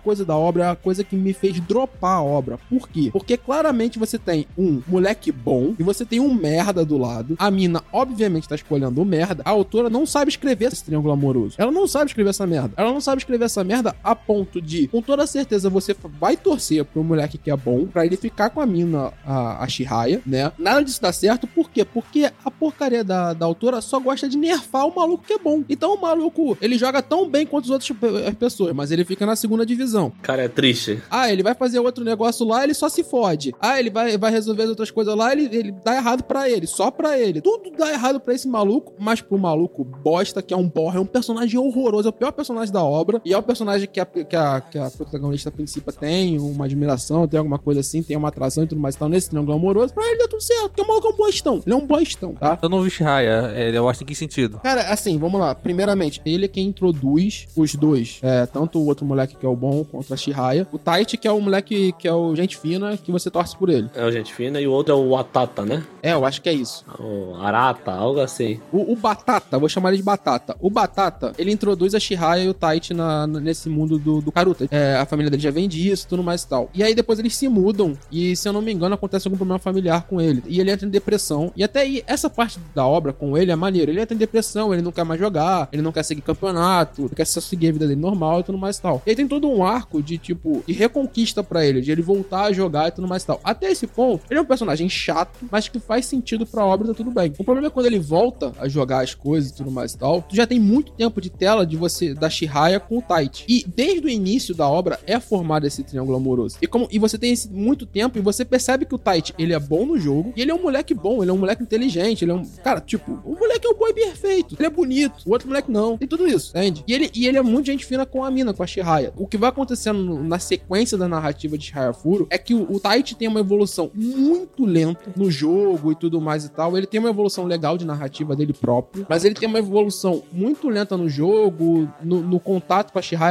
coisa da obra é a coisa que me fez dropar a obra. Por quê? Porque claramente você tem um moleque bom e você tem um merda do lado. A mina, obviamente, tá escolhendo o merda. A autora não sabe escrever esse triângulo amoroso. Ela não sabe escrever essa merda. Ela não sabe escrever essa merda a ponto de, com toda certeza, você vai torcer pro moleque que é bom, pra ele ficar com a mina, a Shihaya, né? Nada disso dá certo. Por quê? Porque a porcaria da autora só gosta de nerfar o maluco que é bom. Então o maluco, ele joga tão bem quanto as outras pessoas, mas ele fica na segunda divisão. Cara, é triste. Ah, ele vai fazer outro negócio lá, ele só se fode. Ah, ele vai resolver as outras coisas lá, ele dá errado pra ele, só pra ele. Tudo dá errado pra esse maluco, mas pro maluco bosta, que é um borra, é um personagem horroroso, é o pior personagem da obra, e é o personagem que a protagonista principal tem uma admiração, tem alguma coisa assim, tem uma atração e tudo mais, tá nesse triângulo amoroso, pra ele dá tudo certo, porque o maluco é um bostão. Ele é um bostão, tá? Eu não vi Shihaya, eu acho em que sentido? Cara, assim, vamos lá. Primeiramente, ele é quem introduz os dois. Tanto o outro moleque que é o bom contra a Shihaya. O Taichi, que é o moleque que é o gente fina, que você torce por ele. É o gente fina e o outro é o Atata, né? Eu acho que é isso. O Arata, algo assim. O Batata, vou chamar ele de Batata. O Batata, ele introduz a Shihaya e o Taichi nesse mundo do Karuta. A família dele já vem disso, tudo mais e tal. E aí depois eles se mudam e, se eu não me engano, acontece algum problema familiar com ele. E ele entra em depressão. E até aí, essa parte da obra com ele é maneiro. Ele entra em depressão, ele não quer mais jogar, ele não quer seguir campeonato, ele quer só seguir a vida dele normal e tudo mais e tal. E aí tem todo um arco de, tipo, de reconquista pra ele, de ele voltar a jogar e tudo mais e tal. Até esse ponto, ele é um personagem chato, mas que faz sentido pra obra e tá tudo bem. O problema é quando ele volta a jogar as coisas e tudo mais e tal, tu já tem muito tempo de tela da Shihaya com o Taichi. E desde o início da obra é formado esse triângulo amoroso. E você tem muito tempo e você percebe que o Taichi, ele é bom no jogo, e ele é um moleque bom, ele é um moleque inteligente, ele é um... Cara, tipo, o moleque é um boy perfeito, ele é bonito, o outro moleque não. Tem tudo isso, entende? E ele é muito gente fina com a mina, com a Shihaya. O que vai acontecendo na sequência da narrativa de Shihaya Furo é que o Taichi tem uma evolução muito lenta no jogo e tudo mais e tal. Ele tem uma evolução legal de narrativa dele próprio, mas ele tem uma evolução muito lenta no jogo, no contato com a Shihaya,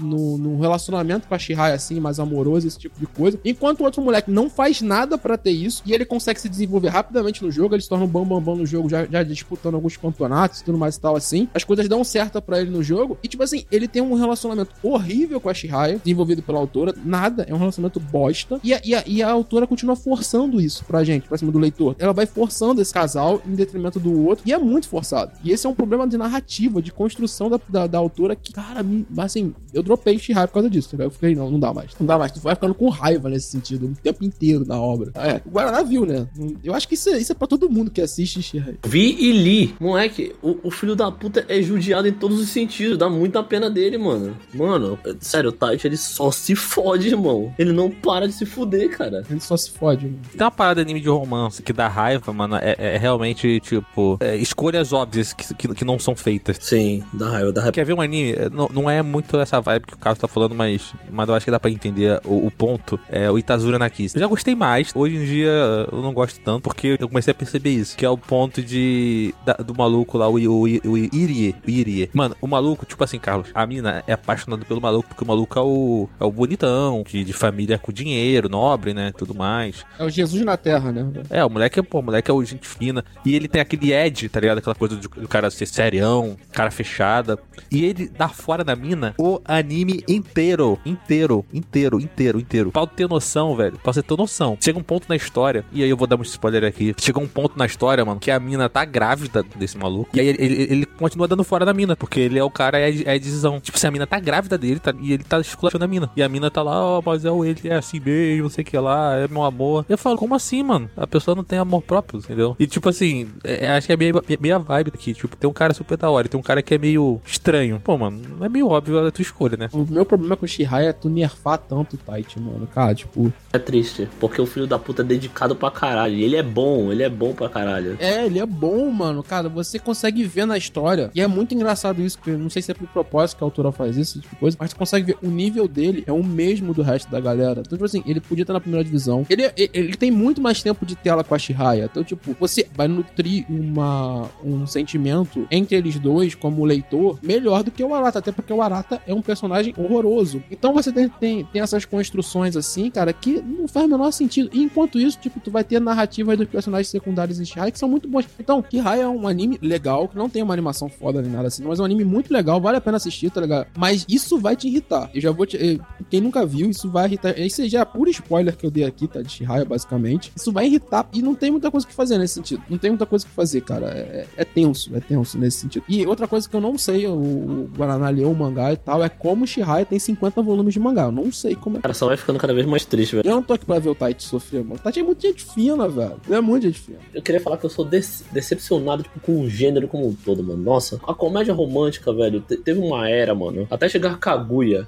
no relacionamento com a Shihaya, assim, mais amoroso, esse tipo de coisa. Enquanto o outro moleque não faz nada pra ter isso, e ele consegue se desenvolver rapidamente no jogo, ele se torna um bambambam no jogo, já disputando alguns campeonatos e tudo mais e tal, assim. As coisas dão certo pra ele no jogo, e tipo assim, ele tem um relacionamento horrível com a Shihaya, desenvolvido pela autora, nada, é um relacionamento bosta, e a autora continua forçando isso pra gente, pra cima do leitor. Ela vai forçando esse casal em detrimento do outro, e é muito forçado. E esse é um problema de narrativa, de construção da autora, que, cara, assim, eu dropei Shihaya por causa disso, eu fiquei, não dá mais. Não dá mais, tu vai ficando com raiva nesse sentido, o tempo inteiro na obra. O Guaraná viu, né? Eu acho que isso é pra todo mundo que assiste Shihaya. Vi e li. Moleque, o filho da puta é judiado em todos os sentidos. Dá muita pena dele, mano. Mano, sério, o Taichi, ele só se fode, irmão. Ele não para de se fuder, cara. Ele só se fode, mano. Tem uma parada de anime de romance que dá raiva, mano. É realmente, tipo, escolhas óbvias que não são feitas. Sim, dá raiva, dá raiva. Quer ver um anime? Não é muito essa vibe que o Carlos tá falando, mas eu acho que dá pra entender o ponto. É o Itazura na Kiss. Eu já gostei mais. Hoje em dia eu não gosto tanto, porque eu comecei a perceber isso. Que é o ponto do maluco lá, o Irie. Mano, o maluco, tipo assim, Carlos, a mina é apaixonada pelo maluco, porque o maluco é o bonitão, de família com dinheiro, nobre, né, tudo mais. É o Jesus na Terra, né? O moleque é o gente fina. E ele tem aquele Ed, tá ligado? Aquela coisa do cara ser serião, cara fechada. E ele dá fora da mina o anime inteiro. Pra ter noção, velho. Pra você ter noção. Chega um ponto na história, e aí eu vou dar um spoiler aqui. Chega um ponto na história, mano, que a mina tá grávida desse maluco. E aí ele continua dando fora da mina, porque ele é o cara, é a decisão. Tipo, se a mina tá grávida dele, e ele tá esculachando a mina. E a mina tá lá, mas ele é assim mesmo, não sei o que lá, é meu amor. Eu falo, como assim, mano? A pessoa não tem amor próprio, entendeu? E tipo assim, acho que é meia vibe aqui. Tipo, tem um cara super da hora, tem um cara que é meio estranho. Pô, mano, é meio óbvio a tua escolha, né? O meu problema com o Shihaya é tu nerfar tanto o Taichi, mano. Cara, tipo... É triste, porque o filho da puta é dedicado pra caralho. E ele é bom pra caralho. Ele é bom, mano. Cara, você consegue ver na história. E é muito engraçado isso, porque eu não sei se é por propósito que a autora faz isso, tipo de coisa, mas tu consegue ver o nível dele é o mesmo do resto da galera. Então, tipo assim, ele podia estar na primeira divisão. Ele tem muito mais tempo de tela com a Shihaya. Então, tipo, você vai nutrir um sentimento entre eles dois, como leitor, melhor do que o Arata. Até porque o Arata é um personagem horroroso. Então, você tem essas construções assim, cara, que não faz o menor sentido. E enquanto isso, tipo, tu vai ter narrativas dos personagens secundários em Shihaya que são muito bons. Então, Shihaya é um anime legal, que não tem uma animação foda nem nada assim, mas é um anime muito legal, vale a pena assistir, tá ligado? Mas isso vai te irritar. eu já vou te... Quem nunca viu, isso vai irritar. Isso já é puro spoiler que eu dei aqui, tá? De Shihaya, basicamente. Isso vai irritar e não tem muita coisa que fazer nesse sentido. Não tem muita coisa que fazer, cara. É tenso nesse sentido. E outra coisa que eu não sei, o Guaraná leu o mangá e tal, é como o Shihaya tem 50 volumes de mangá. Eu não sei como é. Cara, só vai ficando cada vez mais triste, velho. Eu não tô aqui pra ver o Taichi sofrer, mano. O Taichi é muito gente fina, velho. Ele é muito gente fina. Eu queria falar que eu sou decepcionado, tipo, com o gênero como um todo, mano. Nossa, a comédia romântica, velho, teve uma era, mano. Até chegar Kaguya.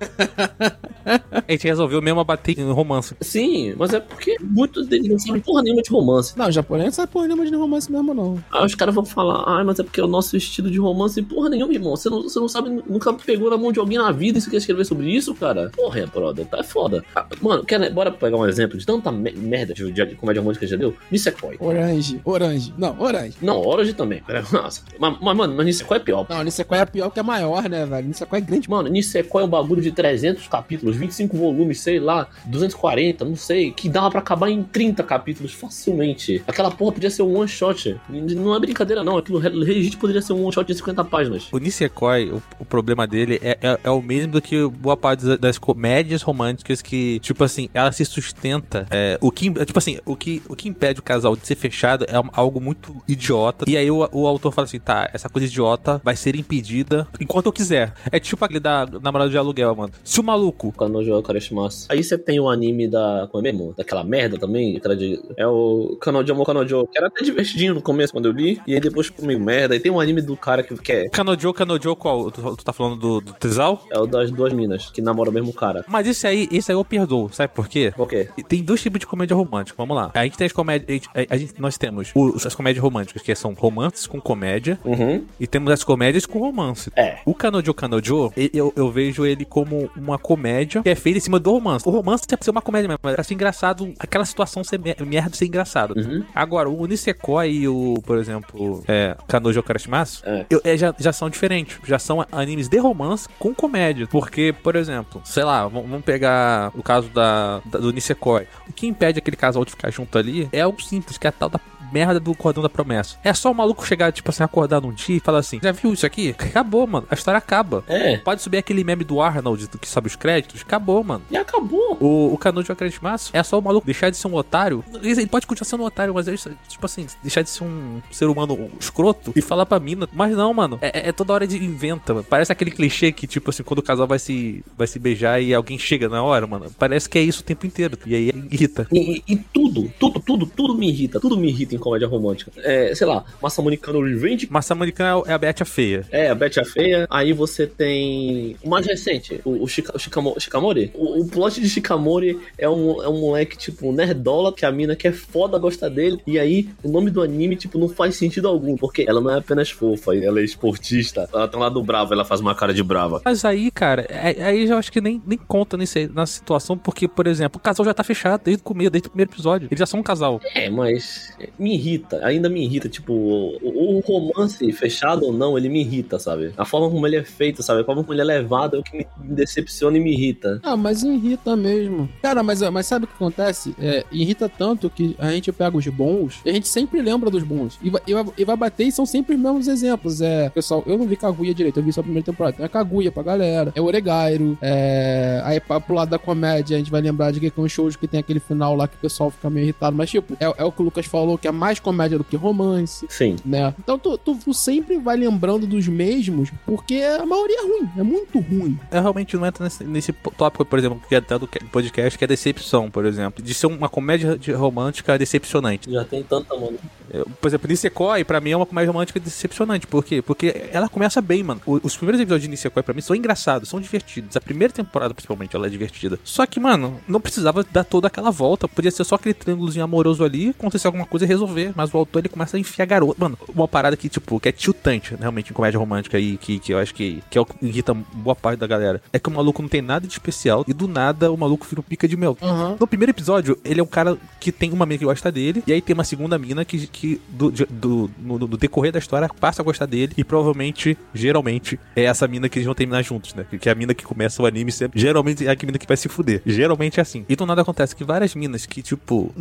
A gente resolveu mesmo bater em romance. Sim, mas é porque muitos deles não sabem porra nenhuma de romance. Não, o japonês não sabe porra nenhuma de romance mesmo, não. Aí os caras vão falar, mas é porque é o nosso estilo de romance. E porra nenhuma, irmão. Você não sabe, nunca pegou na mão de alguém na vida e você quer escrever sobre isso, cara? Porra, brother, tá foda. Mano, bora pegar um exemplo de tanta merda de comédia romântica que já deu? Nisekoi. Orange. Não, Orange. Não, Orange também. Nossa. Mas Nisekoi é pior. Não, Nisekoi é pior que é maior, né, velho? Nisekoi é grande. Mano, Nisekoi é um bagulho de 300 capítulos, 25 volumes, sei lá, 240, não sei, que dava pra acabar em 30 capítulos facilmente. Aquela porra podia ser um one shot. Não é brincadeira, não. Aquilo legit poderia ser um one shot de 50 páginas. O Nisekoi, o problema dele é o mesmo do que boa parte das comédias românticas que, tipo assim, ela se sustenta. O que impede o casal de ser fechado é algo muito idiota. E aí o autor fala assim, tá, essa coisa idiota vai ser impedida enquanto eu quiser. É tipo aquele da namorada de aluguel, mano. Se o maluco... Kanojo Kareshimasu. Aí você tem o anime como é mesmo? Daquela merda também, é o Kanojo Mo Kanojo, que era até divertidinho no começo quando eu li, e aí depois ficou meio merda. E tem um anime do cara que é... Kanojo qual? Tu tá falando do Trizal? É o das duas minas, que namoram o mesmo cara. Mas esse aí eu perdoo, sabe por quê? Por quê? Tem dois tipos de comédia romântica, vamos lá. A gente tem as comédias... Nós temos as comédias românticas, que são romances com comédia, e temos as comédias com romance. O Kanojo, eu vejo ele como uma comédia que é feita em cima do romance. O romance tem que ser uma comédia mesmo, pra ser engraçado, aquela situação ser merda ser engraçado. Agora, o Nisekoi e por exemplo, Kanojo Kareshimasu, já são diferentes. Já são animes de romance com comédia. Porque, por exemplo, sei lá, vamos pegar o caso do Nisekoi. O que impede aquele casal de ficar junto ali é algo simples, que é a tal da merda do Cordão da Promessa. É só o maluco chegar, tipo assim, acordar num dia e falar assim, já viu isso aqui? Acabou, mano. A história acaba. Pode subir aquele meme do Arnold que sobe os créditos. Acabou, mano. E acabou. O Kanojo Kareshimasu é só o maluco deixar de ser um otário. Ele pode continuar sendo um otário, mas é tipo assim, deixar de ser um ser humano escroto e falar pra mina. Mas não, mano. É toda hora de inventa, mano. Parece aquele clichê que, tipo assim, quando o casal vai se beijar e alguém chega na hora, mano. Parece que é isso o tempo inteiro. E aí irrita. E tudo me irrita. Tudo me irrita em comédia romântica. Sei lá, Masamune Kano Revenge. Masamune Kano é a Betty a Feia. A Betty a Feia. Aí você tem o mais recente, o Shikamori. O plot de Shikamori é um moleque, tipo, nerdola, que a mina que é foda gosta dele. E aí, o nome do anime, tipo, não faz sentido algum. Porque ela não é apenas fofa, ela é esportista. Ela tem um lado bravo, ela faz uma cara de brava. Mas aí, cara, aí eu acho que nem conta na situação, porque, por exemplo, o casal já tá fechado desde o começo, desde o primeiro episódio. Eles já são um casal. Mas ainda me irrita, tipo, o romance, fechado ou não, ele me irrita, sabe? A forma como ele é feito, sabe? A forma como ele é levado é o que me decepciona e me irrita. Mas irrita mesmo. Cara, mas sabe o que acontece? Irrita tanto que a gente pega os bons e a gente sempre lembra dos bons. E vai bater e são sempre os mesmos exemplos. Pessoal, eu não vi Kaguya direito, eu vi só a primeira temporada. Então é Kaguya pra galera, é Oregairo, aí pro lado da comédia a gente vai lembrar de Gekon Shoujo, que tem aquele final lá que o pessoal fica meio irritado, mas tipo, é o que o Lucas falou, que é mais comédia do que romance. Sim. Né? Então tu sempre vai lembrando dos mesmos, porque a maioria é ruim, é muito ruim. Eu realmente não entro nesse tópico, por exemplo, que é até do podcast, que é decepção, por exemplo. De ser uma comédia romântica decepcionante. Já tem tanta, mano. Por exemplo, Nisekoi, pra mim, é uma comédia romântica decepcionante. Por quê? Porque ela começa bem, mano. Os primeiros episódios de Nisekoi, pra mim, são engraçados, são divertidos. A primeira temporada, principalmente, ela é divertida. Só que, mano, não precisava dar toda aquela volta. Podia ser só aquele triângulozinho amoroso ali, acontecer alguma coisa e resolver. Mas o autor, ele começa a enfiar garoto. Mano, uma parada que, tipo, que é tiltante, realmente, em comédia romântica aí, que eu acho que é o que irrita boa parte da galera. É que o maluco não tem nada de especial e do nada o maluco vira um pica de mel. No primeiro episódio, ele é um cara que tem uma mina que gosta dele e aí tem uma segunda mina que que no decorrer da história passa a gostar dele e provavelmente, geralmente, é essa mina que eles vão terminar juntos, né? Que é a mina que começa o anime sempre, geralmente é a mina que vai se fuder. Geralmente é assim. E do nada acontece que várias minas que, tipo,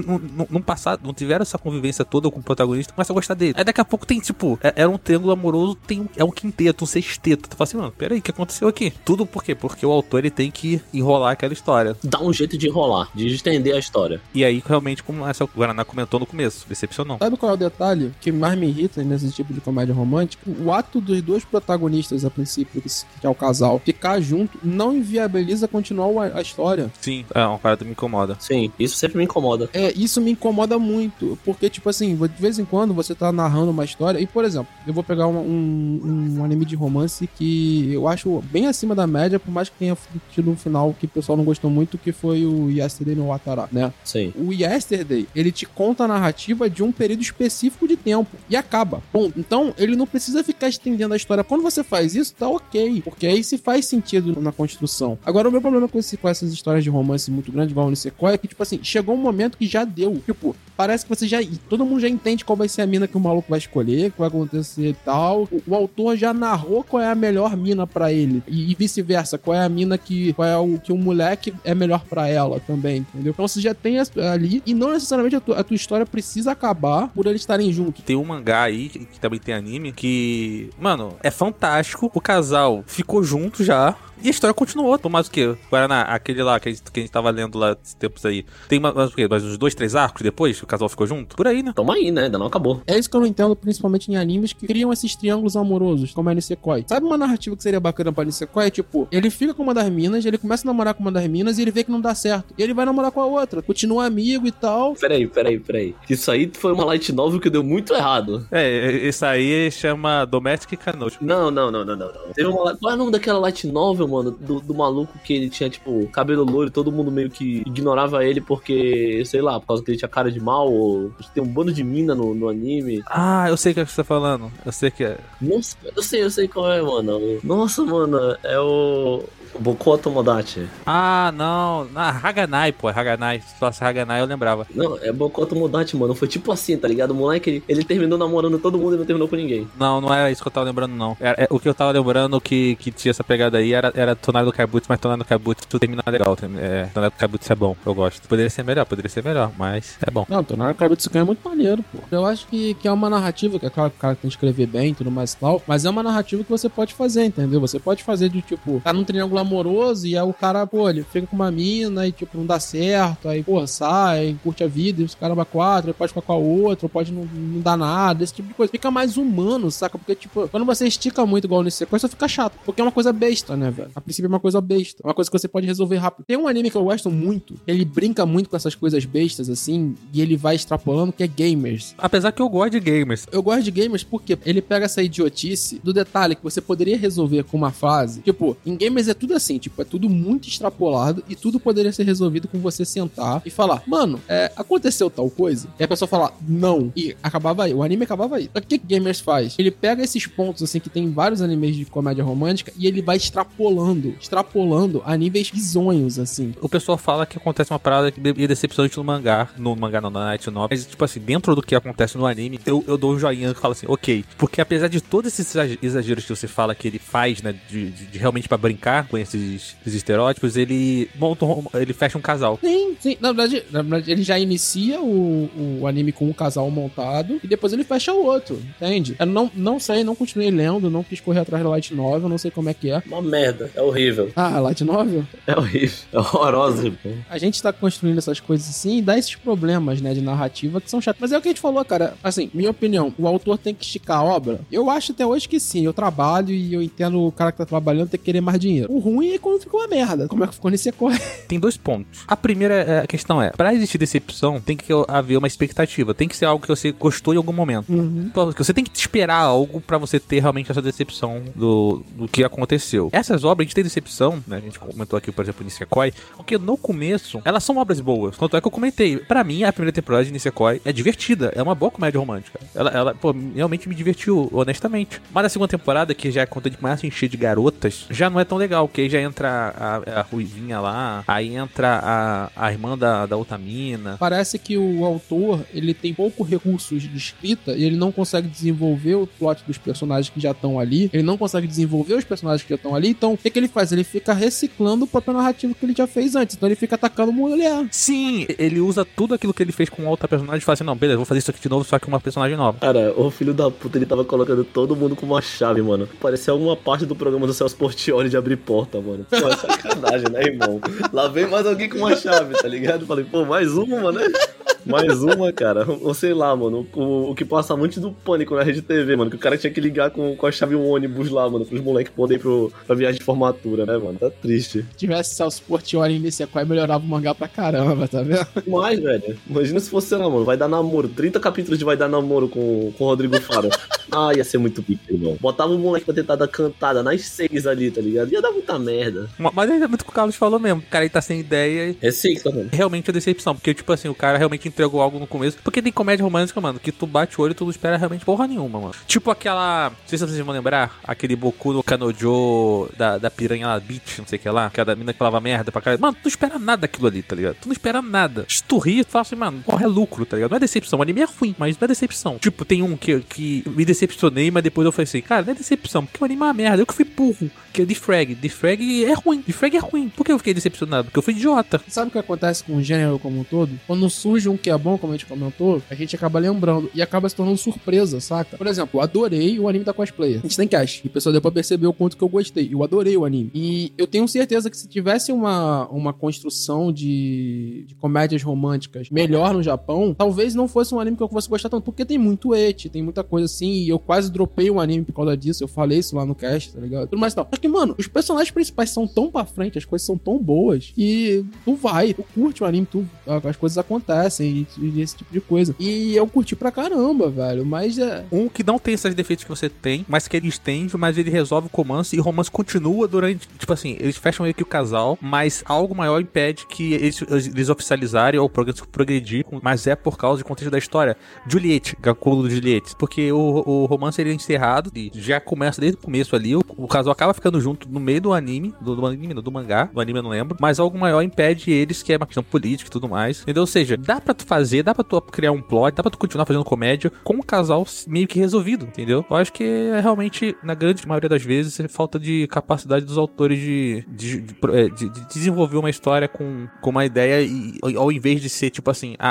não passaram, não tiveram essa convivência toda com o protagonista, começam a gostar dele. Aí daqui a pouco tem, tipo, era um triângulo amoroso, é um quinteto, um sexteto. Tu fala assim, mano, peraí, o que aconteceu aqui? Tudo por quê? Porque o autor, ele tem que enrolar aquela história. Dá um jeito de enrolar, de estender a história. E aí, realmente, como o Guaraná comentou no começo, decepcionou. Sabe qual é o detalhe que mais me irrita nesse tipo de comédia romântica? O ato dos dois protagonistas, a princípio, que é o casal, ficar junto, não inviabiliza continuar a história. Sim, é uma parada que me incomoda. Sim, isso sempre me incomoda. Isso me incomoda muito, porque, tipo assim, de vez em quando você tá narrando uma história, e, por exemplo, eu vou pegar um anime de romance que eu acho bem acima da média, por mais que tenha tido um final que o pessoal não gostou muito, que foi o Yesterday no Watara, né? Sim. O Yesterday, ele te conta a narrativa de um período específico de tempo, e acaba. Bom, então ele não precisa ficar estendendo a história. Quando você faz isso, tá ok, porque aí se faz sentido na construção. Agora, o meu problema com essas histórias de romance muito grandes, igual o Nisekoi, é que, tipo assim, chegou um momento que já deu. Tipo, parece que todo mundo já entende qual vai ser a mina que o maluco vai escolher, o que vai acontecer e tal. O autor já narrou qual é a melhor mina pra ele. E vice-versa, qual é a mina qual é o que o moleque é melhor pra ela também, entendeu? Então você já tem ali, e não necessariamente a tua história precisa acabar por eles estarem juntos. Tem um mangá aí, que também tem anime, que, mano, é fantástico. O casal ficou junto já. E a história continuou. Por mais o quê? Guaraná, aquele lá que a gente tava lendo lá esses tempos aí. Tem mais uns 2, 3 arcos depois que o casal ficou junto? Por aí, né? Toma aí, né? Ainda não acabou. É isso que eu não entendo, principalmente em animes que criam esses triângulos amorosos, como é Nisekoi. Sabe uma narrativa que seria bacana pra Nisekoi? É tipo, ele fica com uma das minas, ele começa a namorar com uma das minas e ele vê que não dá certo. E ele vai namorar com a outra. Continua amigo e tal. Peraí. Isso aí foi uma light novel que deu muito errado. Isso aí chama Domestic Canot. Não. Teve uma... Qual é o nome daquela light novel, mano? Do maluco que ele tinha, tipo, cabelo loiro, todo mundo meio que ignorava ele porque, sei lá, por causa que ele tinha cara de mal, ou tem um bando de mina no anime. Ah, eu sei o que você tá falando. Eu sei que é. Nossa, eu sei qual é, mano. Nossa, mano, é o Boku Tomodachi. Ah, não. Haganai, pô. Haganai. Se fosse Haganai, eu lembrava. Não, é Boku Tomodachi, mano. Foi tipo assim, tá ligado? O moleque, ele terminou namorando todo mundo e não terminou com ninguém. Não era isso que eu tava lembrando, não. O que eu tava lembrando que tinha essa pegada aí era Tonari do Kaibutsu, mas Tonari do Kaibutsu tudo termina legal. Tonari do Kaibutsu é bom, eu gosto. Poderia ser melhor, mas é bom. Não, Tonari do Kaibutsu é muito maneiro, pô. Eu acho que é uma narrativa, que é claro que o cara tem que escrever bem e tudo mais e tal, mas é uma narrativa que você pode fazer, entendeu? Você pode fazer de, tipo, tá num triângulo amoroso e aí o cara, pô, ele fica com uma mina e, tipo, não dá certo, aí, pô, sai, curte a vida, e os caramba quatro, pode ficar com a outra, pode não dar nada, esse tipo de coisa. Fica mais humano, saca? Porque, tipo, quando você estica muito igual nesse coisa, fica chato, porque é uma coisa besta, né, velho? A princípio é uma coisa besta, uma coisa que você pode resolver rápido. Tem um anime que eu gosto muito, ele brinca muito com essas coisas bestas, assim, e ele vai extrapolando, que é Gamers. Apesar que eu gosto de Gamers. Eu gosto de Gamers porque ele pega essa idiotice do detalhe que você poderia resolver com uma frase. Tipo, em Gamers é tudo assim, tipo, é tudo muito extrapolado e tudo poderia ser resolvido com você sentar e falar, mano, aconteceu tal coisa? E a pessoa falar, não. E acabava aí, o anime acabava aí. Então, o que Gamers faz? Ele pega esses pontos, assim, que tem em vários animes de comédia romântica e ele vai extrapolando a níveis bizonhos, assim. O pessoal fala que acontece uma parada que é decepcionante no mangá não, na Night Novel, mas, tipo assim, dentro do que acontece no anime, eu dou um joinha e falo assim, ok, porque apesar de todos esses exageros que você fala que ele faz, né, de realmente pra brincar com esses estereótipos, ele fecha um casal. Sim, na verdade ele já inicia o anime com um casal montado e depois ele fecha o outro, entende? Eu não sei, não continuei lendo, não quis correr atrás da Light Novel, não sei como é que é. Uma merda, é horrível. Ah, Light Novel? É horrível, é horrorosa. A gente tá construindo essas coisas assim e dá esses problemas, né, de narrativa que são chatos. Mas é o que a gente falou, cara, assim, minha opinião, o autor tem que esticar a obra? Eu acho até hoje que sim, eu trabalho e eu entendo o cara que tá trabalhando ter que querer mais dinheiro. O ruim é quando ficou uma merda, como é que ficou nesse corre. Tem 2 pontos. A primeira questão pra existir decepção, tem que haver uma expectativa, tem que ser algo que você gostou em algum momento. Você tem que esperar algo pra você ter realmente essa decepção do que aconteceu. Essas obras, a gente tem decepção, né? A gente comentou aqui, por exemplo, Nisekoi, porque no começo, elas são obras boas. Tanto é que eu comentei. Pra mim, a primeira temporada de Nisekoi é divertida. É uma boa comédia romântica. Ela pô, realmente me divertiu, honestamente. Mas a segunda temporada, que já é quando a gente começa a encher de garotas, já não é tão legal, porque aí já entra a Ruivinha lá, aí entra a irmã da Otamina. Parece que o autor, ele tem pouco recursos de escrita e ele não consegue desenvolver o plot dos personagens que já estão ali, ele não consegue desenvolver os personagens que já estão ali, então o que ele faz? Ele fica reciclando o próprio narrativo que ele já fez antes, então ele fica atacando mulher. Sim, ele usa tudo aquilo que ele fez com outra personagem e fala assim, não, beleza, vou fazer isso aqui de novo, só que uma personagem nova. Cara, o filho da puta, ele tava colocando todo mundo com uma chave, mano. Parecia alguma parte do programa do Celso Portiolli de abrir porta, mano. Pô, é sacanagem, né, irmão? Lá vem mais alguém com uma chave, tá ligado? Falei, pô, mais uma, né? Mais uma, cara. Ou sei lá, mano. O que passa muito do Pânico na Rede TV, mano. Que o cara tinha que ligar com a chave um ônibus lá, mano. Pros moleques poderem ir pra viagem de formatura, né, mano? Tá triste. Se tivesse Celso Portiolli em Nisekoi, melhorava o mangá pra caramba, tá vendo? Mas, velho. Imagina se fosse, sei lá, mano. Vai dar namoro. 30 capítulos de Vai Dar Namoro com o Rodrigo Faro. Ah, ia ser muito pique, irmão. Botava o moleque pra tentar dar cantada nas 6 ali, tá ligado? Ia dar muita merda. Mas é muito o que o Carlos falou mesmo. O cara aí tá sem ideia. É 6, tá vendo? Realmente é decepção. Porque, tipo assim, o cara realmente entregou algo no começo. Porque tem comédia romântica, mano, que tu bate o olho e tu não espera realmente porra nenhuma, mano. Tipo aquela... Não sei se vocês vão lembrar. Aquele Boku no Kanojo da piranha lá, Beach, não sei o que lá. Que é da mina que falava merda pra cara. Mano, tu não espera nada daquilo ali, tá ligado? Tu não espera nada. Se tu ri, tu fala assim, mano, porra, é lucro, tá ligado? Não é decepção. O anime é ruim, mas não é decepção. Tipo, tem um que me decepcionei, mas depois eu falei assim, cara, não é decepção, porque o anime é uma merda. Eu que fui burro. Que é The Frag. The Frag é ruim. The Frag é ruim. Por que eu fiquei decepcionado? Porque eu fui idiota. Sabe o que acontece com o gênero como um todo? Quando surge um que é bom, como a gente comentou, a gente acaba lembrando e acaba se tornando surpresa, saca? Por exemplo, eu adorei o anime da cosplayer. A gente tem cast. E o pessoal deu pra perceber o quanto que eu gostei. Eu adorei o anime. E eu tenho certeza que se tivesse uma construção de comédias românticas melhor no Japão, talvez não fosse um anime que eu fosse gostar tanto. Porque tem muito eti, tem muita coisa assim. E eu quase dropei o anime por causa disso. Eu falei isso lá no cast, tá ligado? Tudo mais e tal. Só que, mano, os personagens principais são tão pra frente, as coisas são tão boas, e tu curte o anime, as coisas acontecem e esse tipo de coisa. E eu curti pra caramba, velho, mas é... Um que não tem esses defeitos que você tem, mas que ele estende, mas ele resolve o romance, e o romance continua durante, tipo assim, eles fecham meio que o casal, mas algo maior impede que eles oficializarem ou progredir, mas é por causa do contexto da história. Juliette, Gakulo do Juliette, porque o romance ele é encerrado, e já começa desde o começo ali, o casal acaba ficando junto no meio do anime, do mangá, do anime eu não lembro, mas algo maior impede eles, que é uma questão política e tudo mais, entendeu? Ou seja, dá pra tu criar um plot, dá pra tu continuar fazendo comédia com um casal meio que resolvido, entendeu? Eu acho que é realmente, na grande maioria das vezes, é falta de capacidade dos autores de desenvolver uma história com uma ideia, e ao invés de ser tipo assim,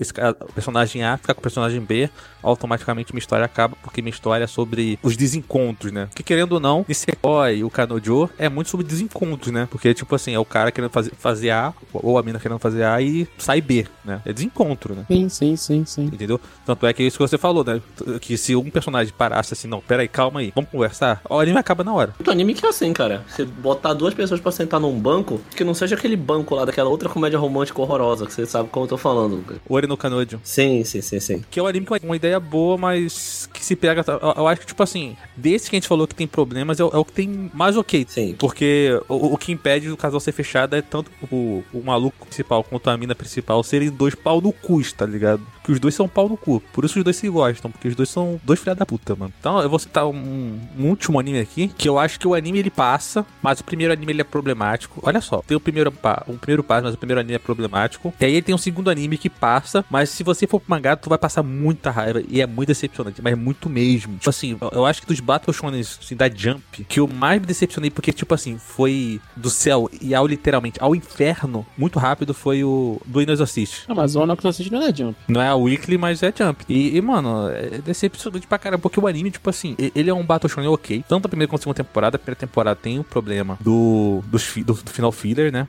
o personagem A ficar com o personagem B, automaticamente minha história acaba, porque minha história é sobre os desencontros, né? Porque querendo ou não, Nisekoi e o Kanojo é muito sobre desencontros, né? Porque, tipo assim, é o cara querendo fazer A, ou a mina querendo fazer A e sai B, né? É desencontro, né? Sim. Entendeu? Tanto é que é isso que você falou, né? Que se um personagem parasse assim, não, peraí, calma aí, vamos conversar, o anime acaba na hora. O anime que é assim, cara. Você botar 2 pessoas pra sentar num banco, que não seja aquele banco lá daquela outra comédia romântica horrorosa, que você sabe como eu tô falando. Ori no Kanojo. Sim. Que é um anime com uma ideia boa, mas que se pega... Eu acho que, tipo assim, desse que a gente falou que tem problemas, é o que tem mais ok. Sim. Porque o que impede o casal ser fechado é tanto o maluco principal quanto a mina principal serem 2 pau no cu, tá ligado? Que os 2 são pau no cu. Por isso os 2 se gostam, porque os 2 são 2 filha da puta, mano. Então eu vou citar um último anime aqui, que eu acho que o anime ele passa, mas o primeiro anime ele é problemático. Olha só, tem o primeiro passo, mas o primeiro anime é problemático. E aí ele tem um segundo anime que passa, mas se você for pro mangá, tu vai passar muita raiva, e é muito decepcionante, mas muito mesmo. Tipo assim, eu acho que dos Battle Shonen assim, da Jump, que eu mais me decepcionei, porque tipo assim, foi do céu e literalmente ao inferno, muito rápido, foi o do Ino Exorcist. Mas o Ino Exorcist não é Jump. Não é a Weekly, mas é Jump. E mano, é decepcionante pra caramba, porque o anime, tipo assim, ele é um Battle Shonen ok, tanto a primeira quanto a segunda temporada. A primeira temporada tem o problema do final filler, né?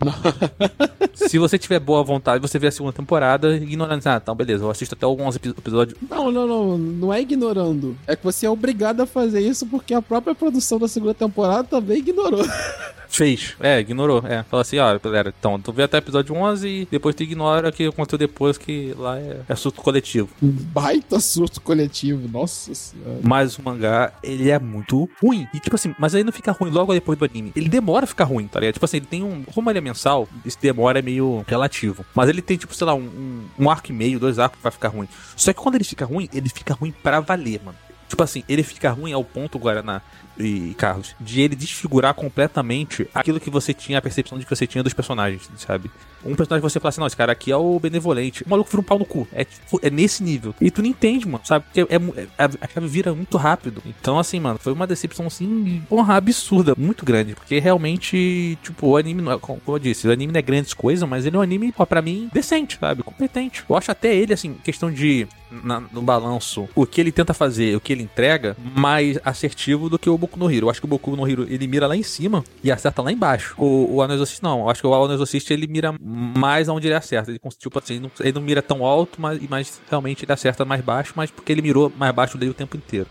Se você tiver boa vontade, você vê a segunda temporada e ignorando, então beleza, eu assisto até alguns episódios. Não é ignorando. É que você é obrigado a fazer isso porque a própria produção da segunda temporada também ignorou. Fez. Ignorou. Fala assim, ó, galera, então, tu vê até o episódio 11 e depois tu ignora o que aconteceu depois, que lá é surto coletivo. Baita surto coletivo, nossa senhora. Mas o mangá, ele é muito ruim. E tipo assim, mas aí não fica ruim logo depois do anime. Ele demora a ficar ruim, tá ligado? Tipo assim, ele tem como ele é mensal, esse demora é meio relativo. Mas ele tem, tipo, sei lá, um arco e meio, 2 arcos pra ficar ruim. Só que quando ele fica ruim pra valer, mano. Tipo assim, ele fica ruim ao ponto, Guaraná e Carlos, de ele desfigurar completamente aquilo que você tinha, a percepção de que você tinha dos personagens, sabe? Um personagem que você fala assim, não, esse cara aqui é o benevolente. O maluco vira um pau no cu. É nesse nível. E tu não entende, mano, sabe? Porque a chave vira muito rápido. Então, assim, mano, foi uma decepção, assim, porra, absurda, muito grande. Porque realmente, tipo, o anime, como eu disse, o anime não é grandes coisas, mas ele é um anime, pra mim, decente, sabe? Competente. Eu acho até ele, assim, questão de, no balanço, o que ele tenta fazer, o que ele entrega, mais assertivo do que o Boku no Hero. Eu acho que o Boku no Hero, ele mira lá em cima e acerta lá embaixo. O Anno Exorcist, não. Eu acho que o Anno Exorcist, ele mira mais aonde ele acerta. Ele, tipo assim, ele não mira tão alto, mas realmente ele acerta mais baixo, mas porque ele mirou mais baixo dele o tempo inteiro.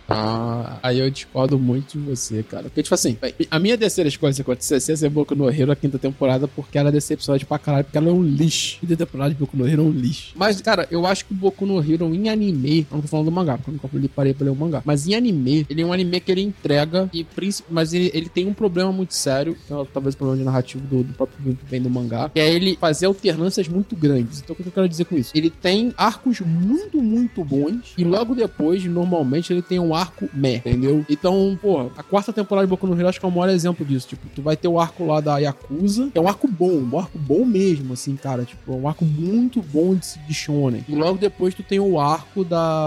Aí eu discordo muito de você, cara. Porque, tipo assim, a minha terceira escolha se acontecesse ia ser Boku no Hero a 5ª temporada, porque ela é decepcionante pra caralho, porque ela é um lixo. A 5ª temporada de Boku no Hero é um lixo. Mas, cara, eu acho que o Boku no Hero em anime, eu não tô falando do mangá, porque eu nunca parei pra ler o mangá, mas em anime, ele é um anime que ele entrega, mas ele tem um problema muito sério, que é talvez o problema de narrativo do próprio que vem do mangá, que é ele fazer alternâncias muito grandes. Então, o que eu quero dizer com isso? Ele tem arcos muito, muito bons, e logo depois, normalmente, ele tem um arco meh, entendeu? Então, porra, a 4ª temporada de Boku no Hero acho que é o maior exemplo disso. Tipo, tu vai ter o arco lá da Yakuza, que é um arco bom mesmo, assim, cara. Tipo, é um arco muito bom de shonen. E logo depois tu tem o arco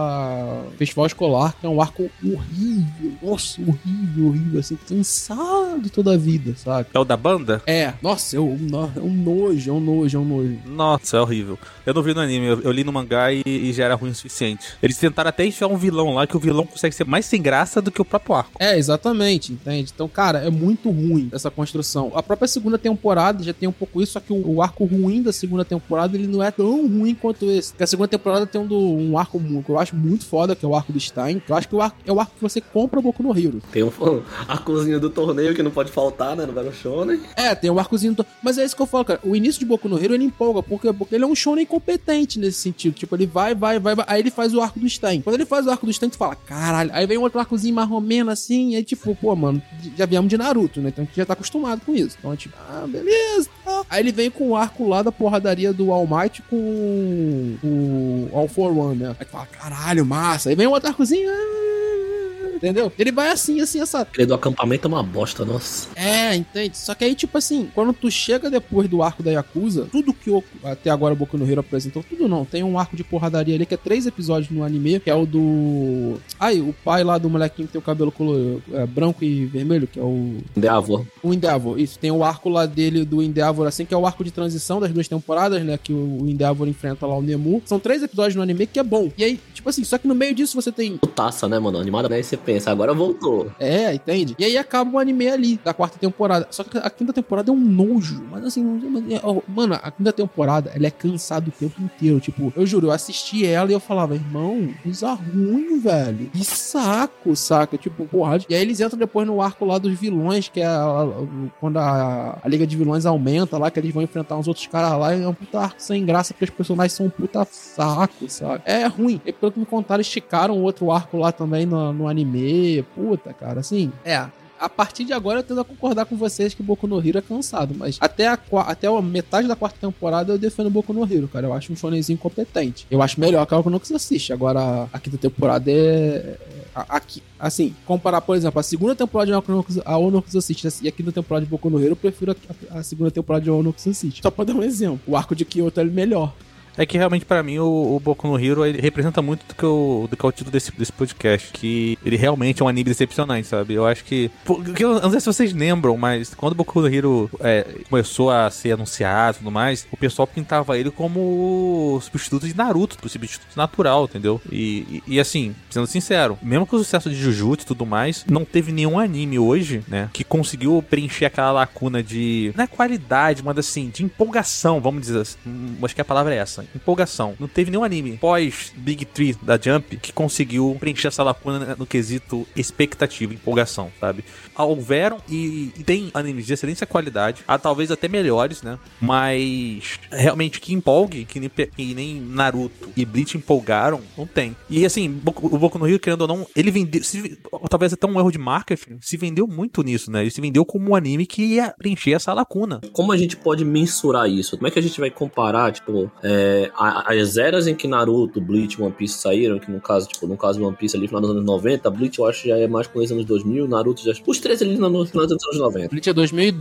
da Festival Escolar, que é um arco horrível. Nossa, horrível, assim, cansado toda a vida, sabe? É o da banda? Nossa, é um nojo. Nossa, é horrível. Eu não vi no anime, eu li no mangá e já era ruim o suficiente. Eles tentaram até enfiar um vilão lá, que o vilão consegue ser mais sem graça do que o próprio arco. Exatamente, entende? Então, cara, é muito ruim essa construção. A própria 2ª temporada já tem um pouco isso, só que o arco ruim da 2ª temporada, ele não é tão ruim quanto esse. Porque a 2ª temporada tem um arco que eu acho muito foda, que é o arco do Stein, que eu acho que é o arco que você compra o Boku no Hero. Tem um arcozinho do torneio que não pode faltar, né, no Battle Shonen. Tem um arcozinho mas é isso que eu falo, cara. O início de Boku no Hero, ele empolga, porque ele é um shonen competente nesse sentido. Tipo, ele vai, aí ele faz o arco do Stein. Quando ele faz o arco do Stein, tu fala, caralho. Aí vem um outro arcozinho mais romeno, assim, aí tipo, pô, mano, já viemos de Naruto, né? Então a gente já tá acostumado com isso. Então, tipo, beleza, tá. Aí ele vem com o arco lá da porradaria do All Might com o All For One, né? Aí tu fala, caralho, massa. Aí vem um outro arcozinho, entendeu? Ele vai assim, essa... Aquele do acampamento é uma bosta, nossa. Entende? Só que aí, tipo assim, quando tu chega depois do arco da Yakuza, tudo que até agora o Boku no Hero apresentou, tudo não, tem um arco de porradaria ali, que é 3 episódios no anime, que é o do... o pai lá do molequinho que tem o cabelo branco e vermelho, que é o... Endeavor. O Endeavor, isso. Tem o arco lá dele, do Endeavor, assim, que é o arco de transição das 2 temporadas, né, que o Endeavor enfrenta lá o Nemu. São 3 episódios no anime, que é bom. E aí, tipo assim, só que no meio disso você tem... Putaça, né, mano? Animada, né? Você pensa, agora voltou. Entende? E aí acaba o anime ali, da 4ª temporada. Só que a 5ª temporada é um nojo. Mas assim, mano, a 5ª temporada, ela é cansada o tempo inteiro. Tipo, eu juro, eu assisti ela e eu falava, irmão, coisa ruim, velho. Que saco, saca? Tipo, porra. E aí eles entram depois no arco lá dos vilões, que é quando a Liga de Vilões aumenta lá, que eles vão enfrentar uns outros caras lá. E é um puta arco sem graça, porque os personagens são um puta saco, sabe? É ruim. E pelo que me contaram, esticaram outro arco lá também no anime. Puta, cara, assim, a partir de agora eu tento concordar com vocês que Boku no Hero é cansado, mas até a metade da 4ª temporada eu defendo Boku no Hero, cara. Eu acho um shonenzinho competente. Eu acho melhor que o que você assiste. Agora, a 5ª temporada aqui, assim, comparar, por exemplo, a 2ª temporada de Ono Exorcist e a 5ª temporada de Boku no Hero, eu prefiro a 2ª temporada de Ono Exorcist. Só pra dar um exemplo. O arco de Kyoto é melhor. É que realmente pra mim o Boku no Hero ele representa muito do que é o título desse podcast, que ele realmente é um anime decepcionante, sabe? Eu acho que... Eu não sei se vocês lembram, mas quando o Boku no Hero começou a ser anunciado e tudo mais, o pessoal pintava ele como substituto de Naruto, substituto natural, entendeu? E assim, sendo sincero, mesmo com o sucesso de Jujutsu e tudo mais, não teve nenhum anime hoje, né, que conseguiu preencher aquela lacuna de... não é qualidade, mas assim, de empolgação, vamos dizer assim. Acho que a palavra é essa. empolgação. Não teve nenhum anime pós Big Three da Jump que conseguiu preencher essa lacuna no quesito expectativa, empolgação, sabe? Houveram e tem animes de excelente qualidade, talvez até melhores, né? Mas realmente que empolgue, que nem Naruto e Bleach empolgaram, não tem. E assim, o Boku no Hero, querendo ou não, ele vendeu, talvez até um erro de marketing, se vendeu muito nisso, né? Ele se vendeu como um anime que ia preencher essa lacuna. Como a gente pode mensurar isso? Como é que a gente vai comparar, tipo, as eras em que Naruto, Bleach e One Piece saíram, que no caso do One Piece ali no final dos anos 90, Bleach eu acho que já é mais com os anos 2000, Naruto já... Os três ali no final dos anos 90. Bleach é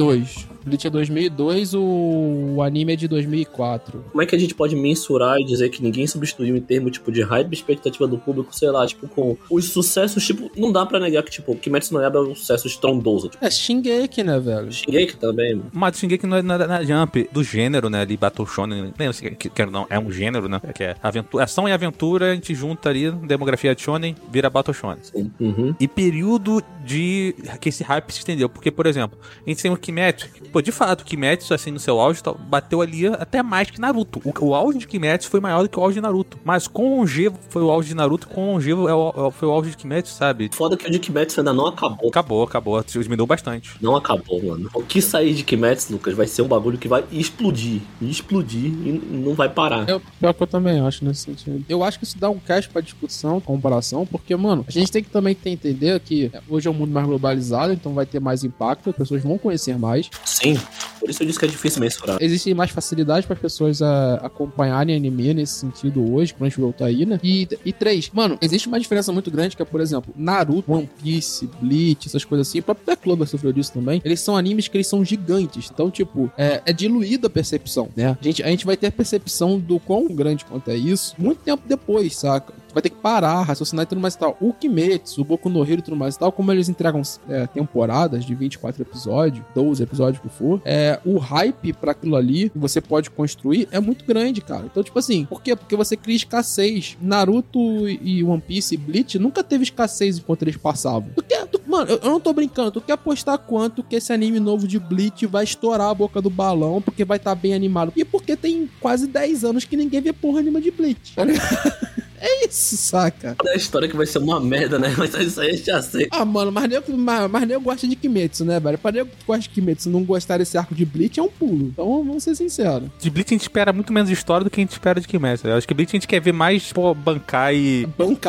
2002, o anime é de 2004. Como é que a gente pode mensurar e dizer que ninguém substituiu em termos, tipo, de hype e expectativa do público, sei lá, tipo, com os sucessos, tipo, não dá pra negar que, tipo, Kimetsu no Yaiba é um sucesso estrondoso. Tipo. É Shingeki, né, velho? Shingeki também. Mas Shingeki não é na Jump, do gênero, né, ali, Battle Shonen, não sei que não, é um gênero, né, que é ação e aventura, a gente junta ali, demografia de Shonen, vira Battle Shonen. Uhum. E período de que esse hype se estendeu, porque, por exemplo, a gente tem o Kimetsu, pô, de fato, o Kimetsu, assim, no seu auge, bateu ali até mais que Naruto. O auge de Kimetsu foi maior do que o auge de Naruto, mas com longevo foi o auge de Naruto, com longevo foi o auge de Kimetsu, sabe? Foda que o de Kimetsu ainda não acabou. Acabou, diminuiu bastante. Não acabou, mano. O que sair de Kimetsu, Lucas, vai ser um bagulho que vai explodir e não vai parar. Pior que eu também acho nesse sentido. Eu acho que isso dá um cast pra discussão, comparação, porque, mano, a gente tem que também entender que hoje é um mundo mais globalizado, então vai ter mais impacto, as pessoas vão conhecer mais. Sim, por isso eu disse que é difícil mensurar. Existe mais facilidade para as pessoas acompanharem anime nesse sentido hoje, quando a gente voltar aí, né? E três, mano, existe uma diferença muito grande que é, por exemplo, Naruto, One Piece, Bleach, essas coisas assim, o próprio Black Clover sofreu disso também. Eles são animes que eles são gigantes, então, tipo, é diluída a percepção, né? A gente vai ter a percepção do quão grande quanto é isso muito tempo depois, saca? Vai ter que parar, raciocinar e tudo mais e tal. O Kimetsu, o Boku no Hero e tudo mais e tal, como eles entregam temporadas de 24 episódios, 12 episódios que for, o hype pra aquilo ali que você pode construir é muito grande, cara. Então, tipo assim, por quê? Porque você cria escassez. Naruto e One Piece e Bleach nunca teve escassez enquanto eles passavam. Mano, eu não tô brincando. Tu quer apostar quanto que esse anime novo de Bleach vai estourar a boca do balão porque vai estar bem animado? E porque tem quase 10 anos que ninguém vê porra nenhuma de Bleach. É isso, saca? É a história que vai ser uma merda, né? Mas isso aí a gente aceita. Ah, mano, mas nego gosta de Kimetsu, né, velho? Pra nego que gosta de Kimetsu não gostar desse arco de Bleach é um pulo. Então, vamos ser sinceros. De Bleach a gente espera muito menos história do que a gente espera de Kimetsu. Eu acho que Bleach a gente quer ver mais, pô, Bankai.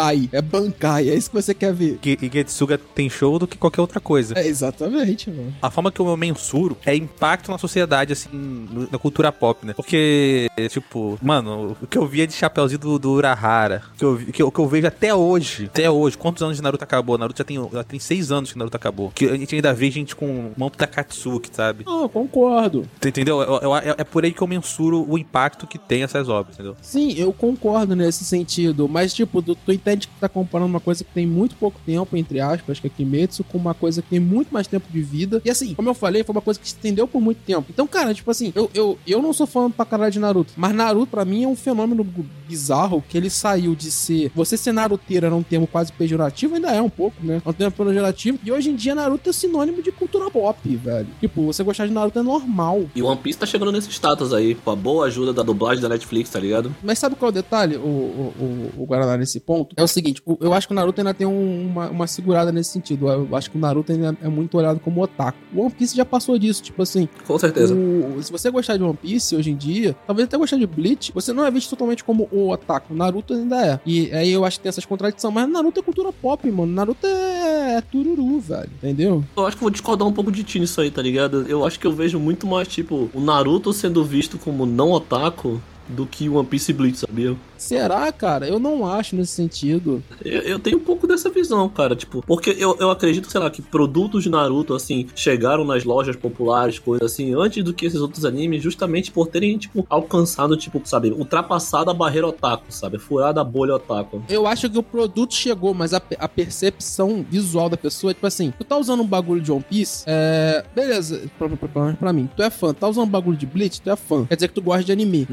É isso que você quer ver. E Getsuga tem show do que qualquer outra coisa. É, exatamente, mano. A forma que eu mensuro é impacto na sociedade, assim, na cultura pop, né? Porque, tipo, mano, o que eu via de Chapeuzinho do Urahara, que eu vejo até hoje, quantos anos de Naruto acabou? Naruto já tem 6 anos que Naruto acabou. Que a gente ainda vê gente com mão da Katsuki, sabe? Ah, concordo. Entendeu? É por aí que eu mensuro o impacto que tem essas obras, entendeu? Sim, eu concordo nesse sentido, mas tipo, tu entende que tá comparando uma coisa que tem muito pouco tempo, entre aspas, que é Kimetsu, com uma coisa que tem muito mais tempo de vida, e assim, como eu falei, foi uma coisa que se estendeu por muito tempo. Então, cara, tipo assim, eu não sou fã pra caralho de Naruto, mas Naruto pra mim é um fenômeno bizarro, que ele saiu de ser, você ser naruteiro era um termo quase pejorativo, ainda é um pouco, né? É um termo pejorativo, e hoje em dia Naruto é sinônimo de cultura pop, velho. Tipo, você gostar de Naruto é normal. E One Piece tá chegando nesse status aí, com a boa ajuda da dublagem da Netflix, tá ligado? Mas sabe qual é o detalhe, o Guaraná, nesse ponto? É o seguinte, eu acho que o Naruto ainda tem uma segurada nesse sentido. Eu acho que o Naruto ainda é muito olhado como otaku. O One Piece já passou disso, tipo assim... Com certeza. Se você gostar de One Piece hoje em dia, talvez até gostar de Bleach, você não é visto totalmente como o otaku. Naruto ainda é. E aí eu acho que tem essas contradições, mas Naruto é cultura pop, mano. Naruto é tururu, velho. Entendeu? Eu acho que vou discordar um pouco de ti nisso aí, tá ligado? Eu acho que eu vejo muito mais, tipo, o Naruto sendo visto como não otaku do que One Piece e Bleach, sabia? Será, cara? Eu não acho nesse sentido. Eu tenho um pouco dessa visão, cara, tipo, porque eu acredito, sei lá, que produtos de Naruto, assim, chegaram nas lojas populares, coisas assim, antes do que esses outros animes, justamente por terem, tipo, alcançado, tipo, sabe, ultrapassado a barreira otaku, sabe, furado a bolha otaku. Eu acho que o produto chegou, mas a percepção visual da pessoa, tipo assim, tu tá usando um bagulho de One Piece, beleza, pra mim, tu é fã, tá usando um bagulho de Bleach, tu é fã, quer dizer que tu gosta de anime, mas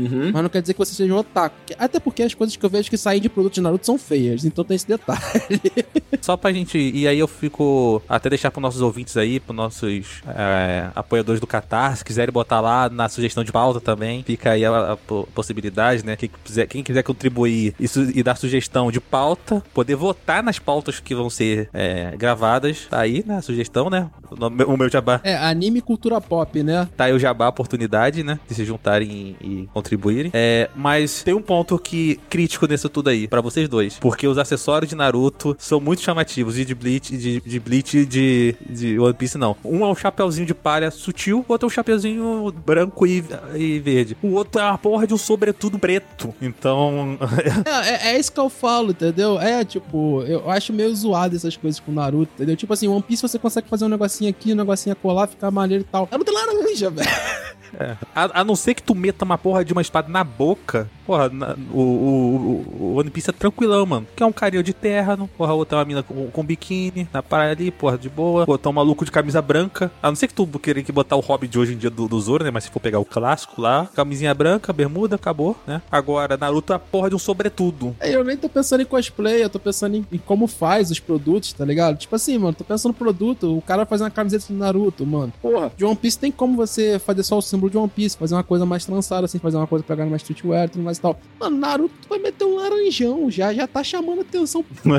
não quer dizer que você seja um otaku. Até porque as coisas que eu vejo que saem de produto de Naruto são feias, então tem esse detalhe. Só pra gente... E aí eu fico... Até deixar pros nossos ouvintes aí, pros nossos apoiadores do Catarse, se quiserem botar lá na sugestão de pauta também, fica aí a possibilidade, né? Quem quiser contribuir isso, e dar sugestão de pauta, poder votar nas pautas que vão ser gravadas, tá aí, né? A sugestão, né? O meu jabá. Anime e cultura pop, né? Tá aí o jabá, a oportunidade, né? De se juntarem e contribuírem. Mas tem um ponto crítico nisso tudo aí, pra vocês dois. Porque os acessórios de Naruto são muito chamativos. E de Bleach, de Bleach e de One Piece, não. Um é um chapeuzinho de palha sutil, o outro é um chapeuzinho branco e verde. O outro é uma porra de um sobretudo preto. Então... é isso que eu falo, entendeu? Tipo, eu acho meio zoado essas coisas com Naruto, entendeu? Tipo assim, One Piece você consegue fazer um negocinho aqui, um negocinho acolá, ficar maneiro e tal. Naruto é laranja, velho. A não ser que tu meta uma porra de uma espada na boca, porra, o One Piece é tranquilão, mano. Que é um carinha de terra, não? Porra, outra é uma mina com biquíni, na praia ali, porra, de boa. Botar um maluco de camisa branca. A não ser que tu queira que botar o hobby de hoje em dia do Zoro, né? Mas se for pegar o clássico lá, camisinha branca, bermuda, acabou, né? Agora, Naruto é a porra de um sobretudo. Eu nem tô pensando em cosplay, eu tô pensando em como faz os produtos, tá ligado? Tipo assim, mano, tô pensando no produto, o cara faz uma camiseta de Naruto, mano. Porra, de One Piece tem como você fazer só o símbolo de One Piece, fazer uma coisa mais trançada, assim, fazer uma coisa pegando mais streetwear, tudo mais e tal. Mano, Naruto vai meter um laranjão, já tá chamando atenção.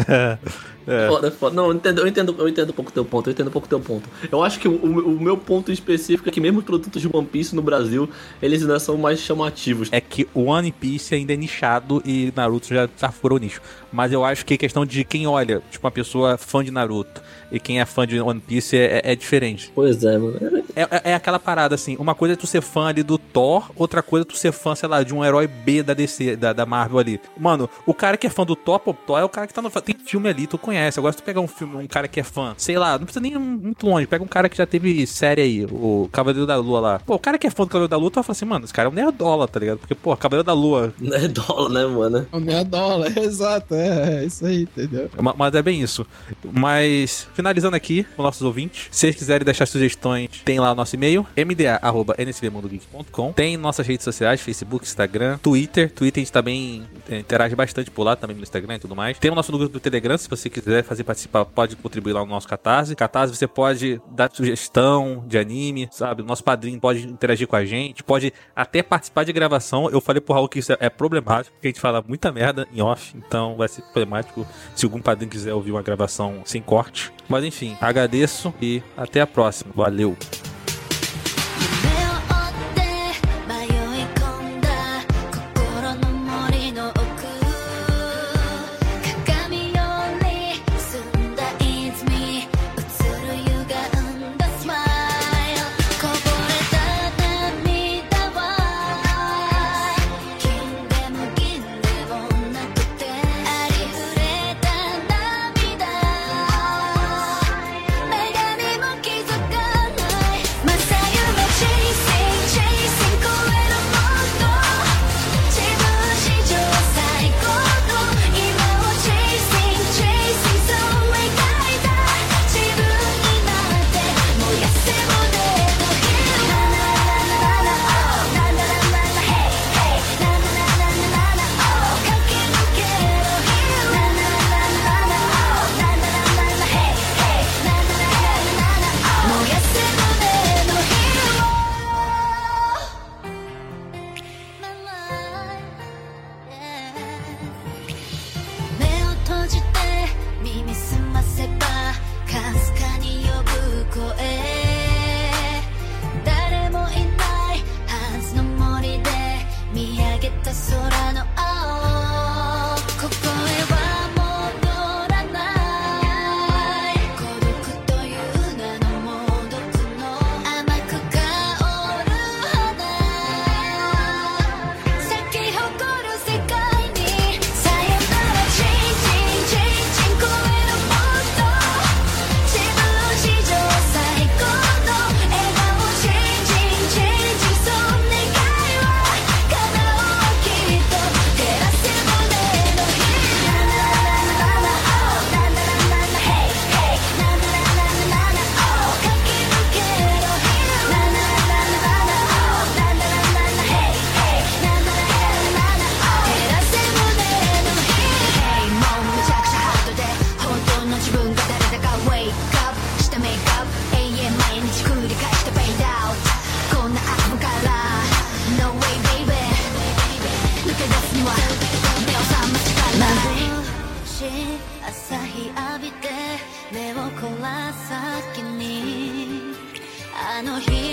Foda. Não, eu entendo um pouco teu ponto. Eu acho que o meu ponto específico é que mesmo os produtos de One Piece no Brasil, eles ainda são mais chamativos. É que o One Piece ainda é nichado e Naruto já furou o nicho. Mas eu acho que a questão de quem olha, tipo uma pessoa fã de Naruto e quem é fã de One Piece é diferente. Pois é, mano. É aquela parada assim, uma coisa é tu ser fã ali do Thor, outra coisa é tu ser fã, sei lá, de um herói B da DC, da Marvel ali. Mano, o cara que é fã do Thor, pô, Thor é o cara que tá no... Tem filme ali, tu conhece. Agora se tu pegar um filme, um cara que é fã, sei lá, não precisa nem ir muito longe, pega um cara que já teve série aí, o Cavaleiro da Lua lá. Pô, o cara que é fã do Cavaleiro da Lua, tu vai falar assim, mano, esse cara é um nerdola, tá ligado? Porque, pô, Cavaleiro da Lua... Nerdola, né, mano? É um nerdola, exato, é isso aí, entendeu? Mas é bem isso. Mas, finalizando aqui, com nossos ouvintes, se vocês quiserem deixar sugestões, tem lá o nosso e-mail, mda@nsvmundogeek.com. Tem nossas redes sociais, Facebook, Instagram, Twitter a gente também interage bastante por lá, também no Instagram e tudo mais. Tem o nosso grupo do Telegram, se você quiser participar, pode contribuir lá no nosso Catarse. Catarse você pode dar sugestão de anime, sabe? O nosso padrinho pode interagir com a gente, pode até participar de gravação. Eu falei pro Raul que isso é problemático, porque a gente fala muita merda em off, então vai ser problemático se algum padrinho quiser ouvir uma gravação sem corte. Mas enfim, agradeço e até a próxima. Valeu! の日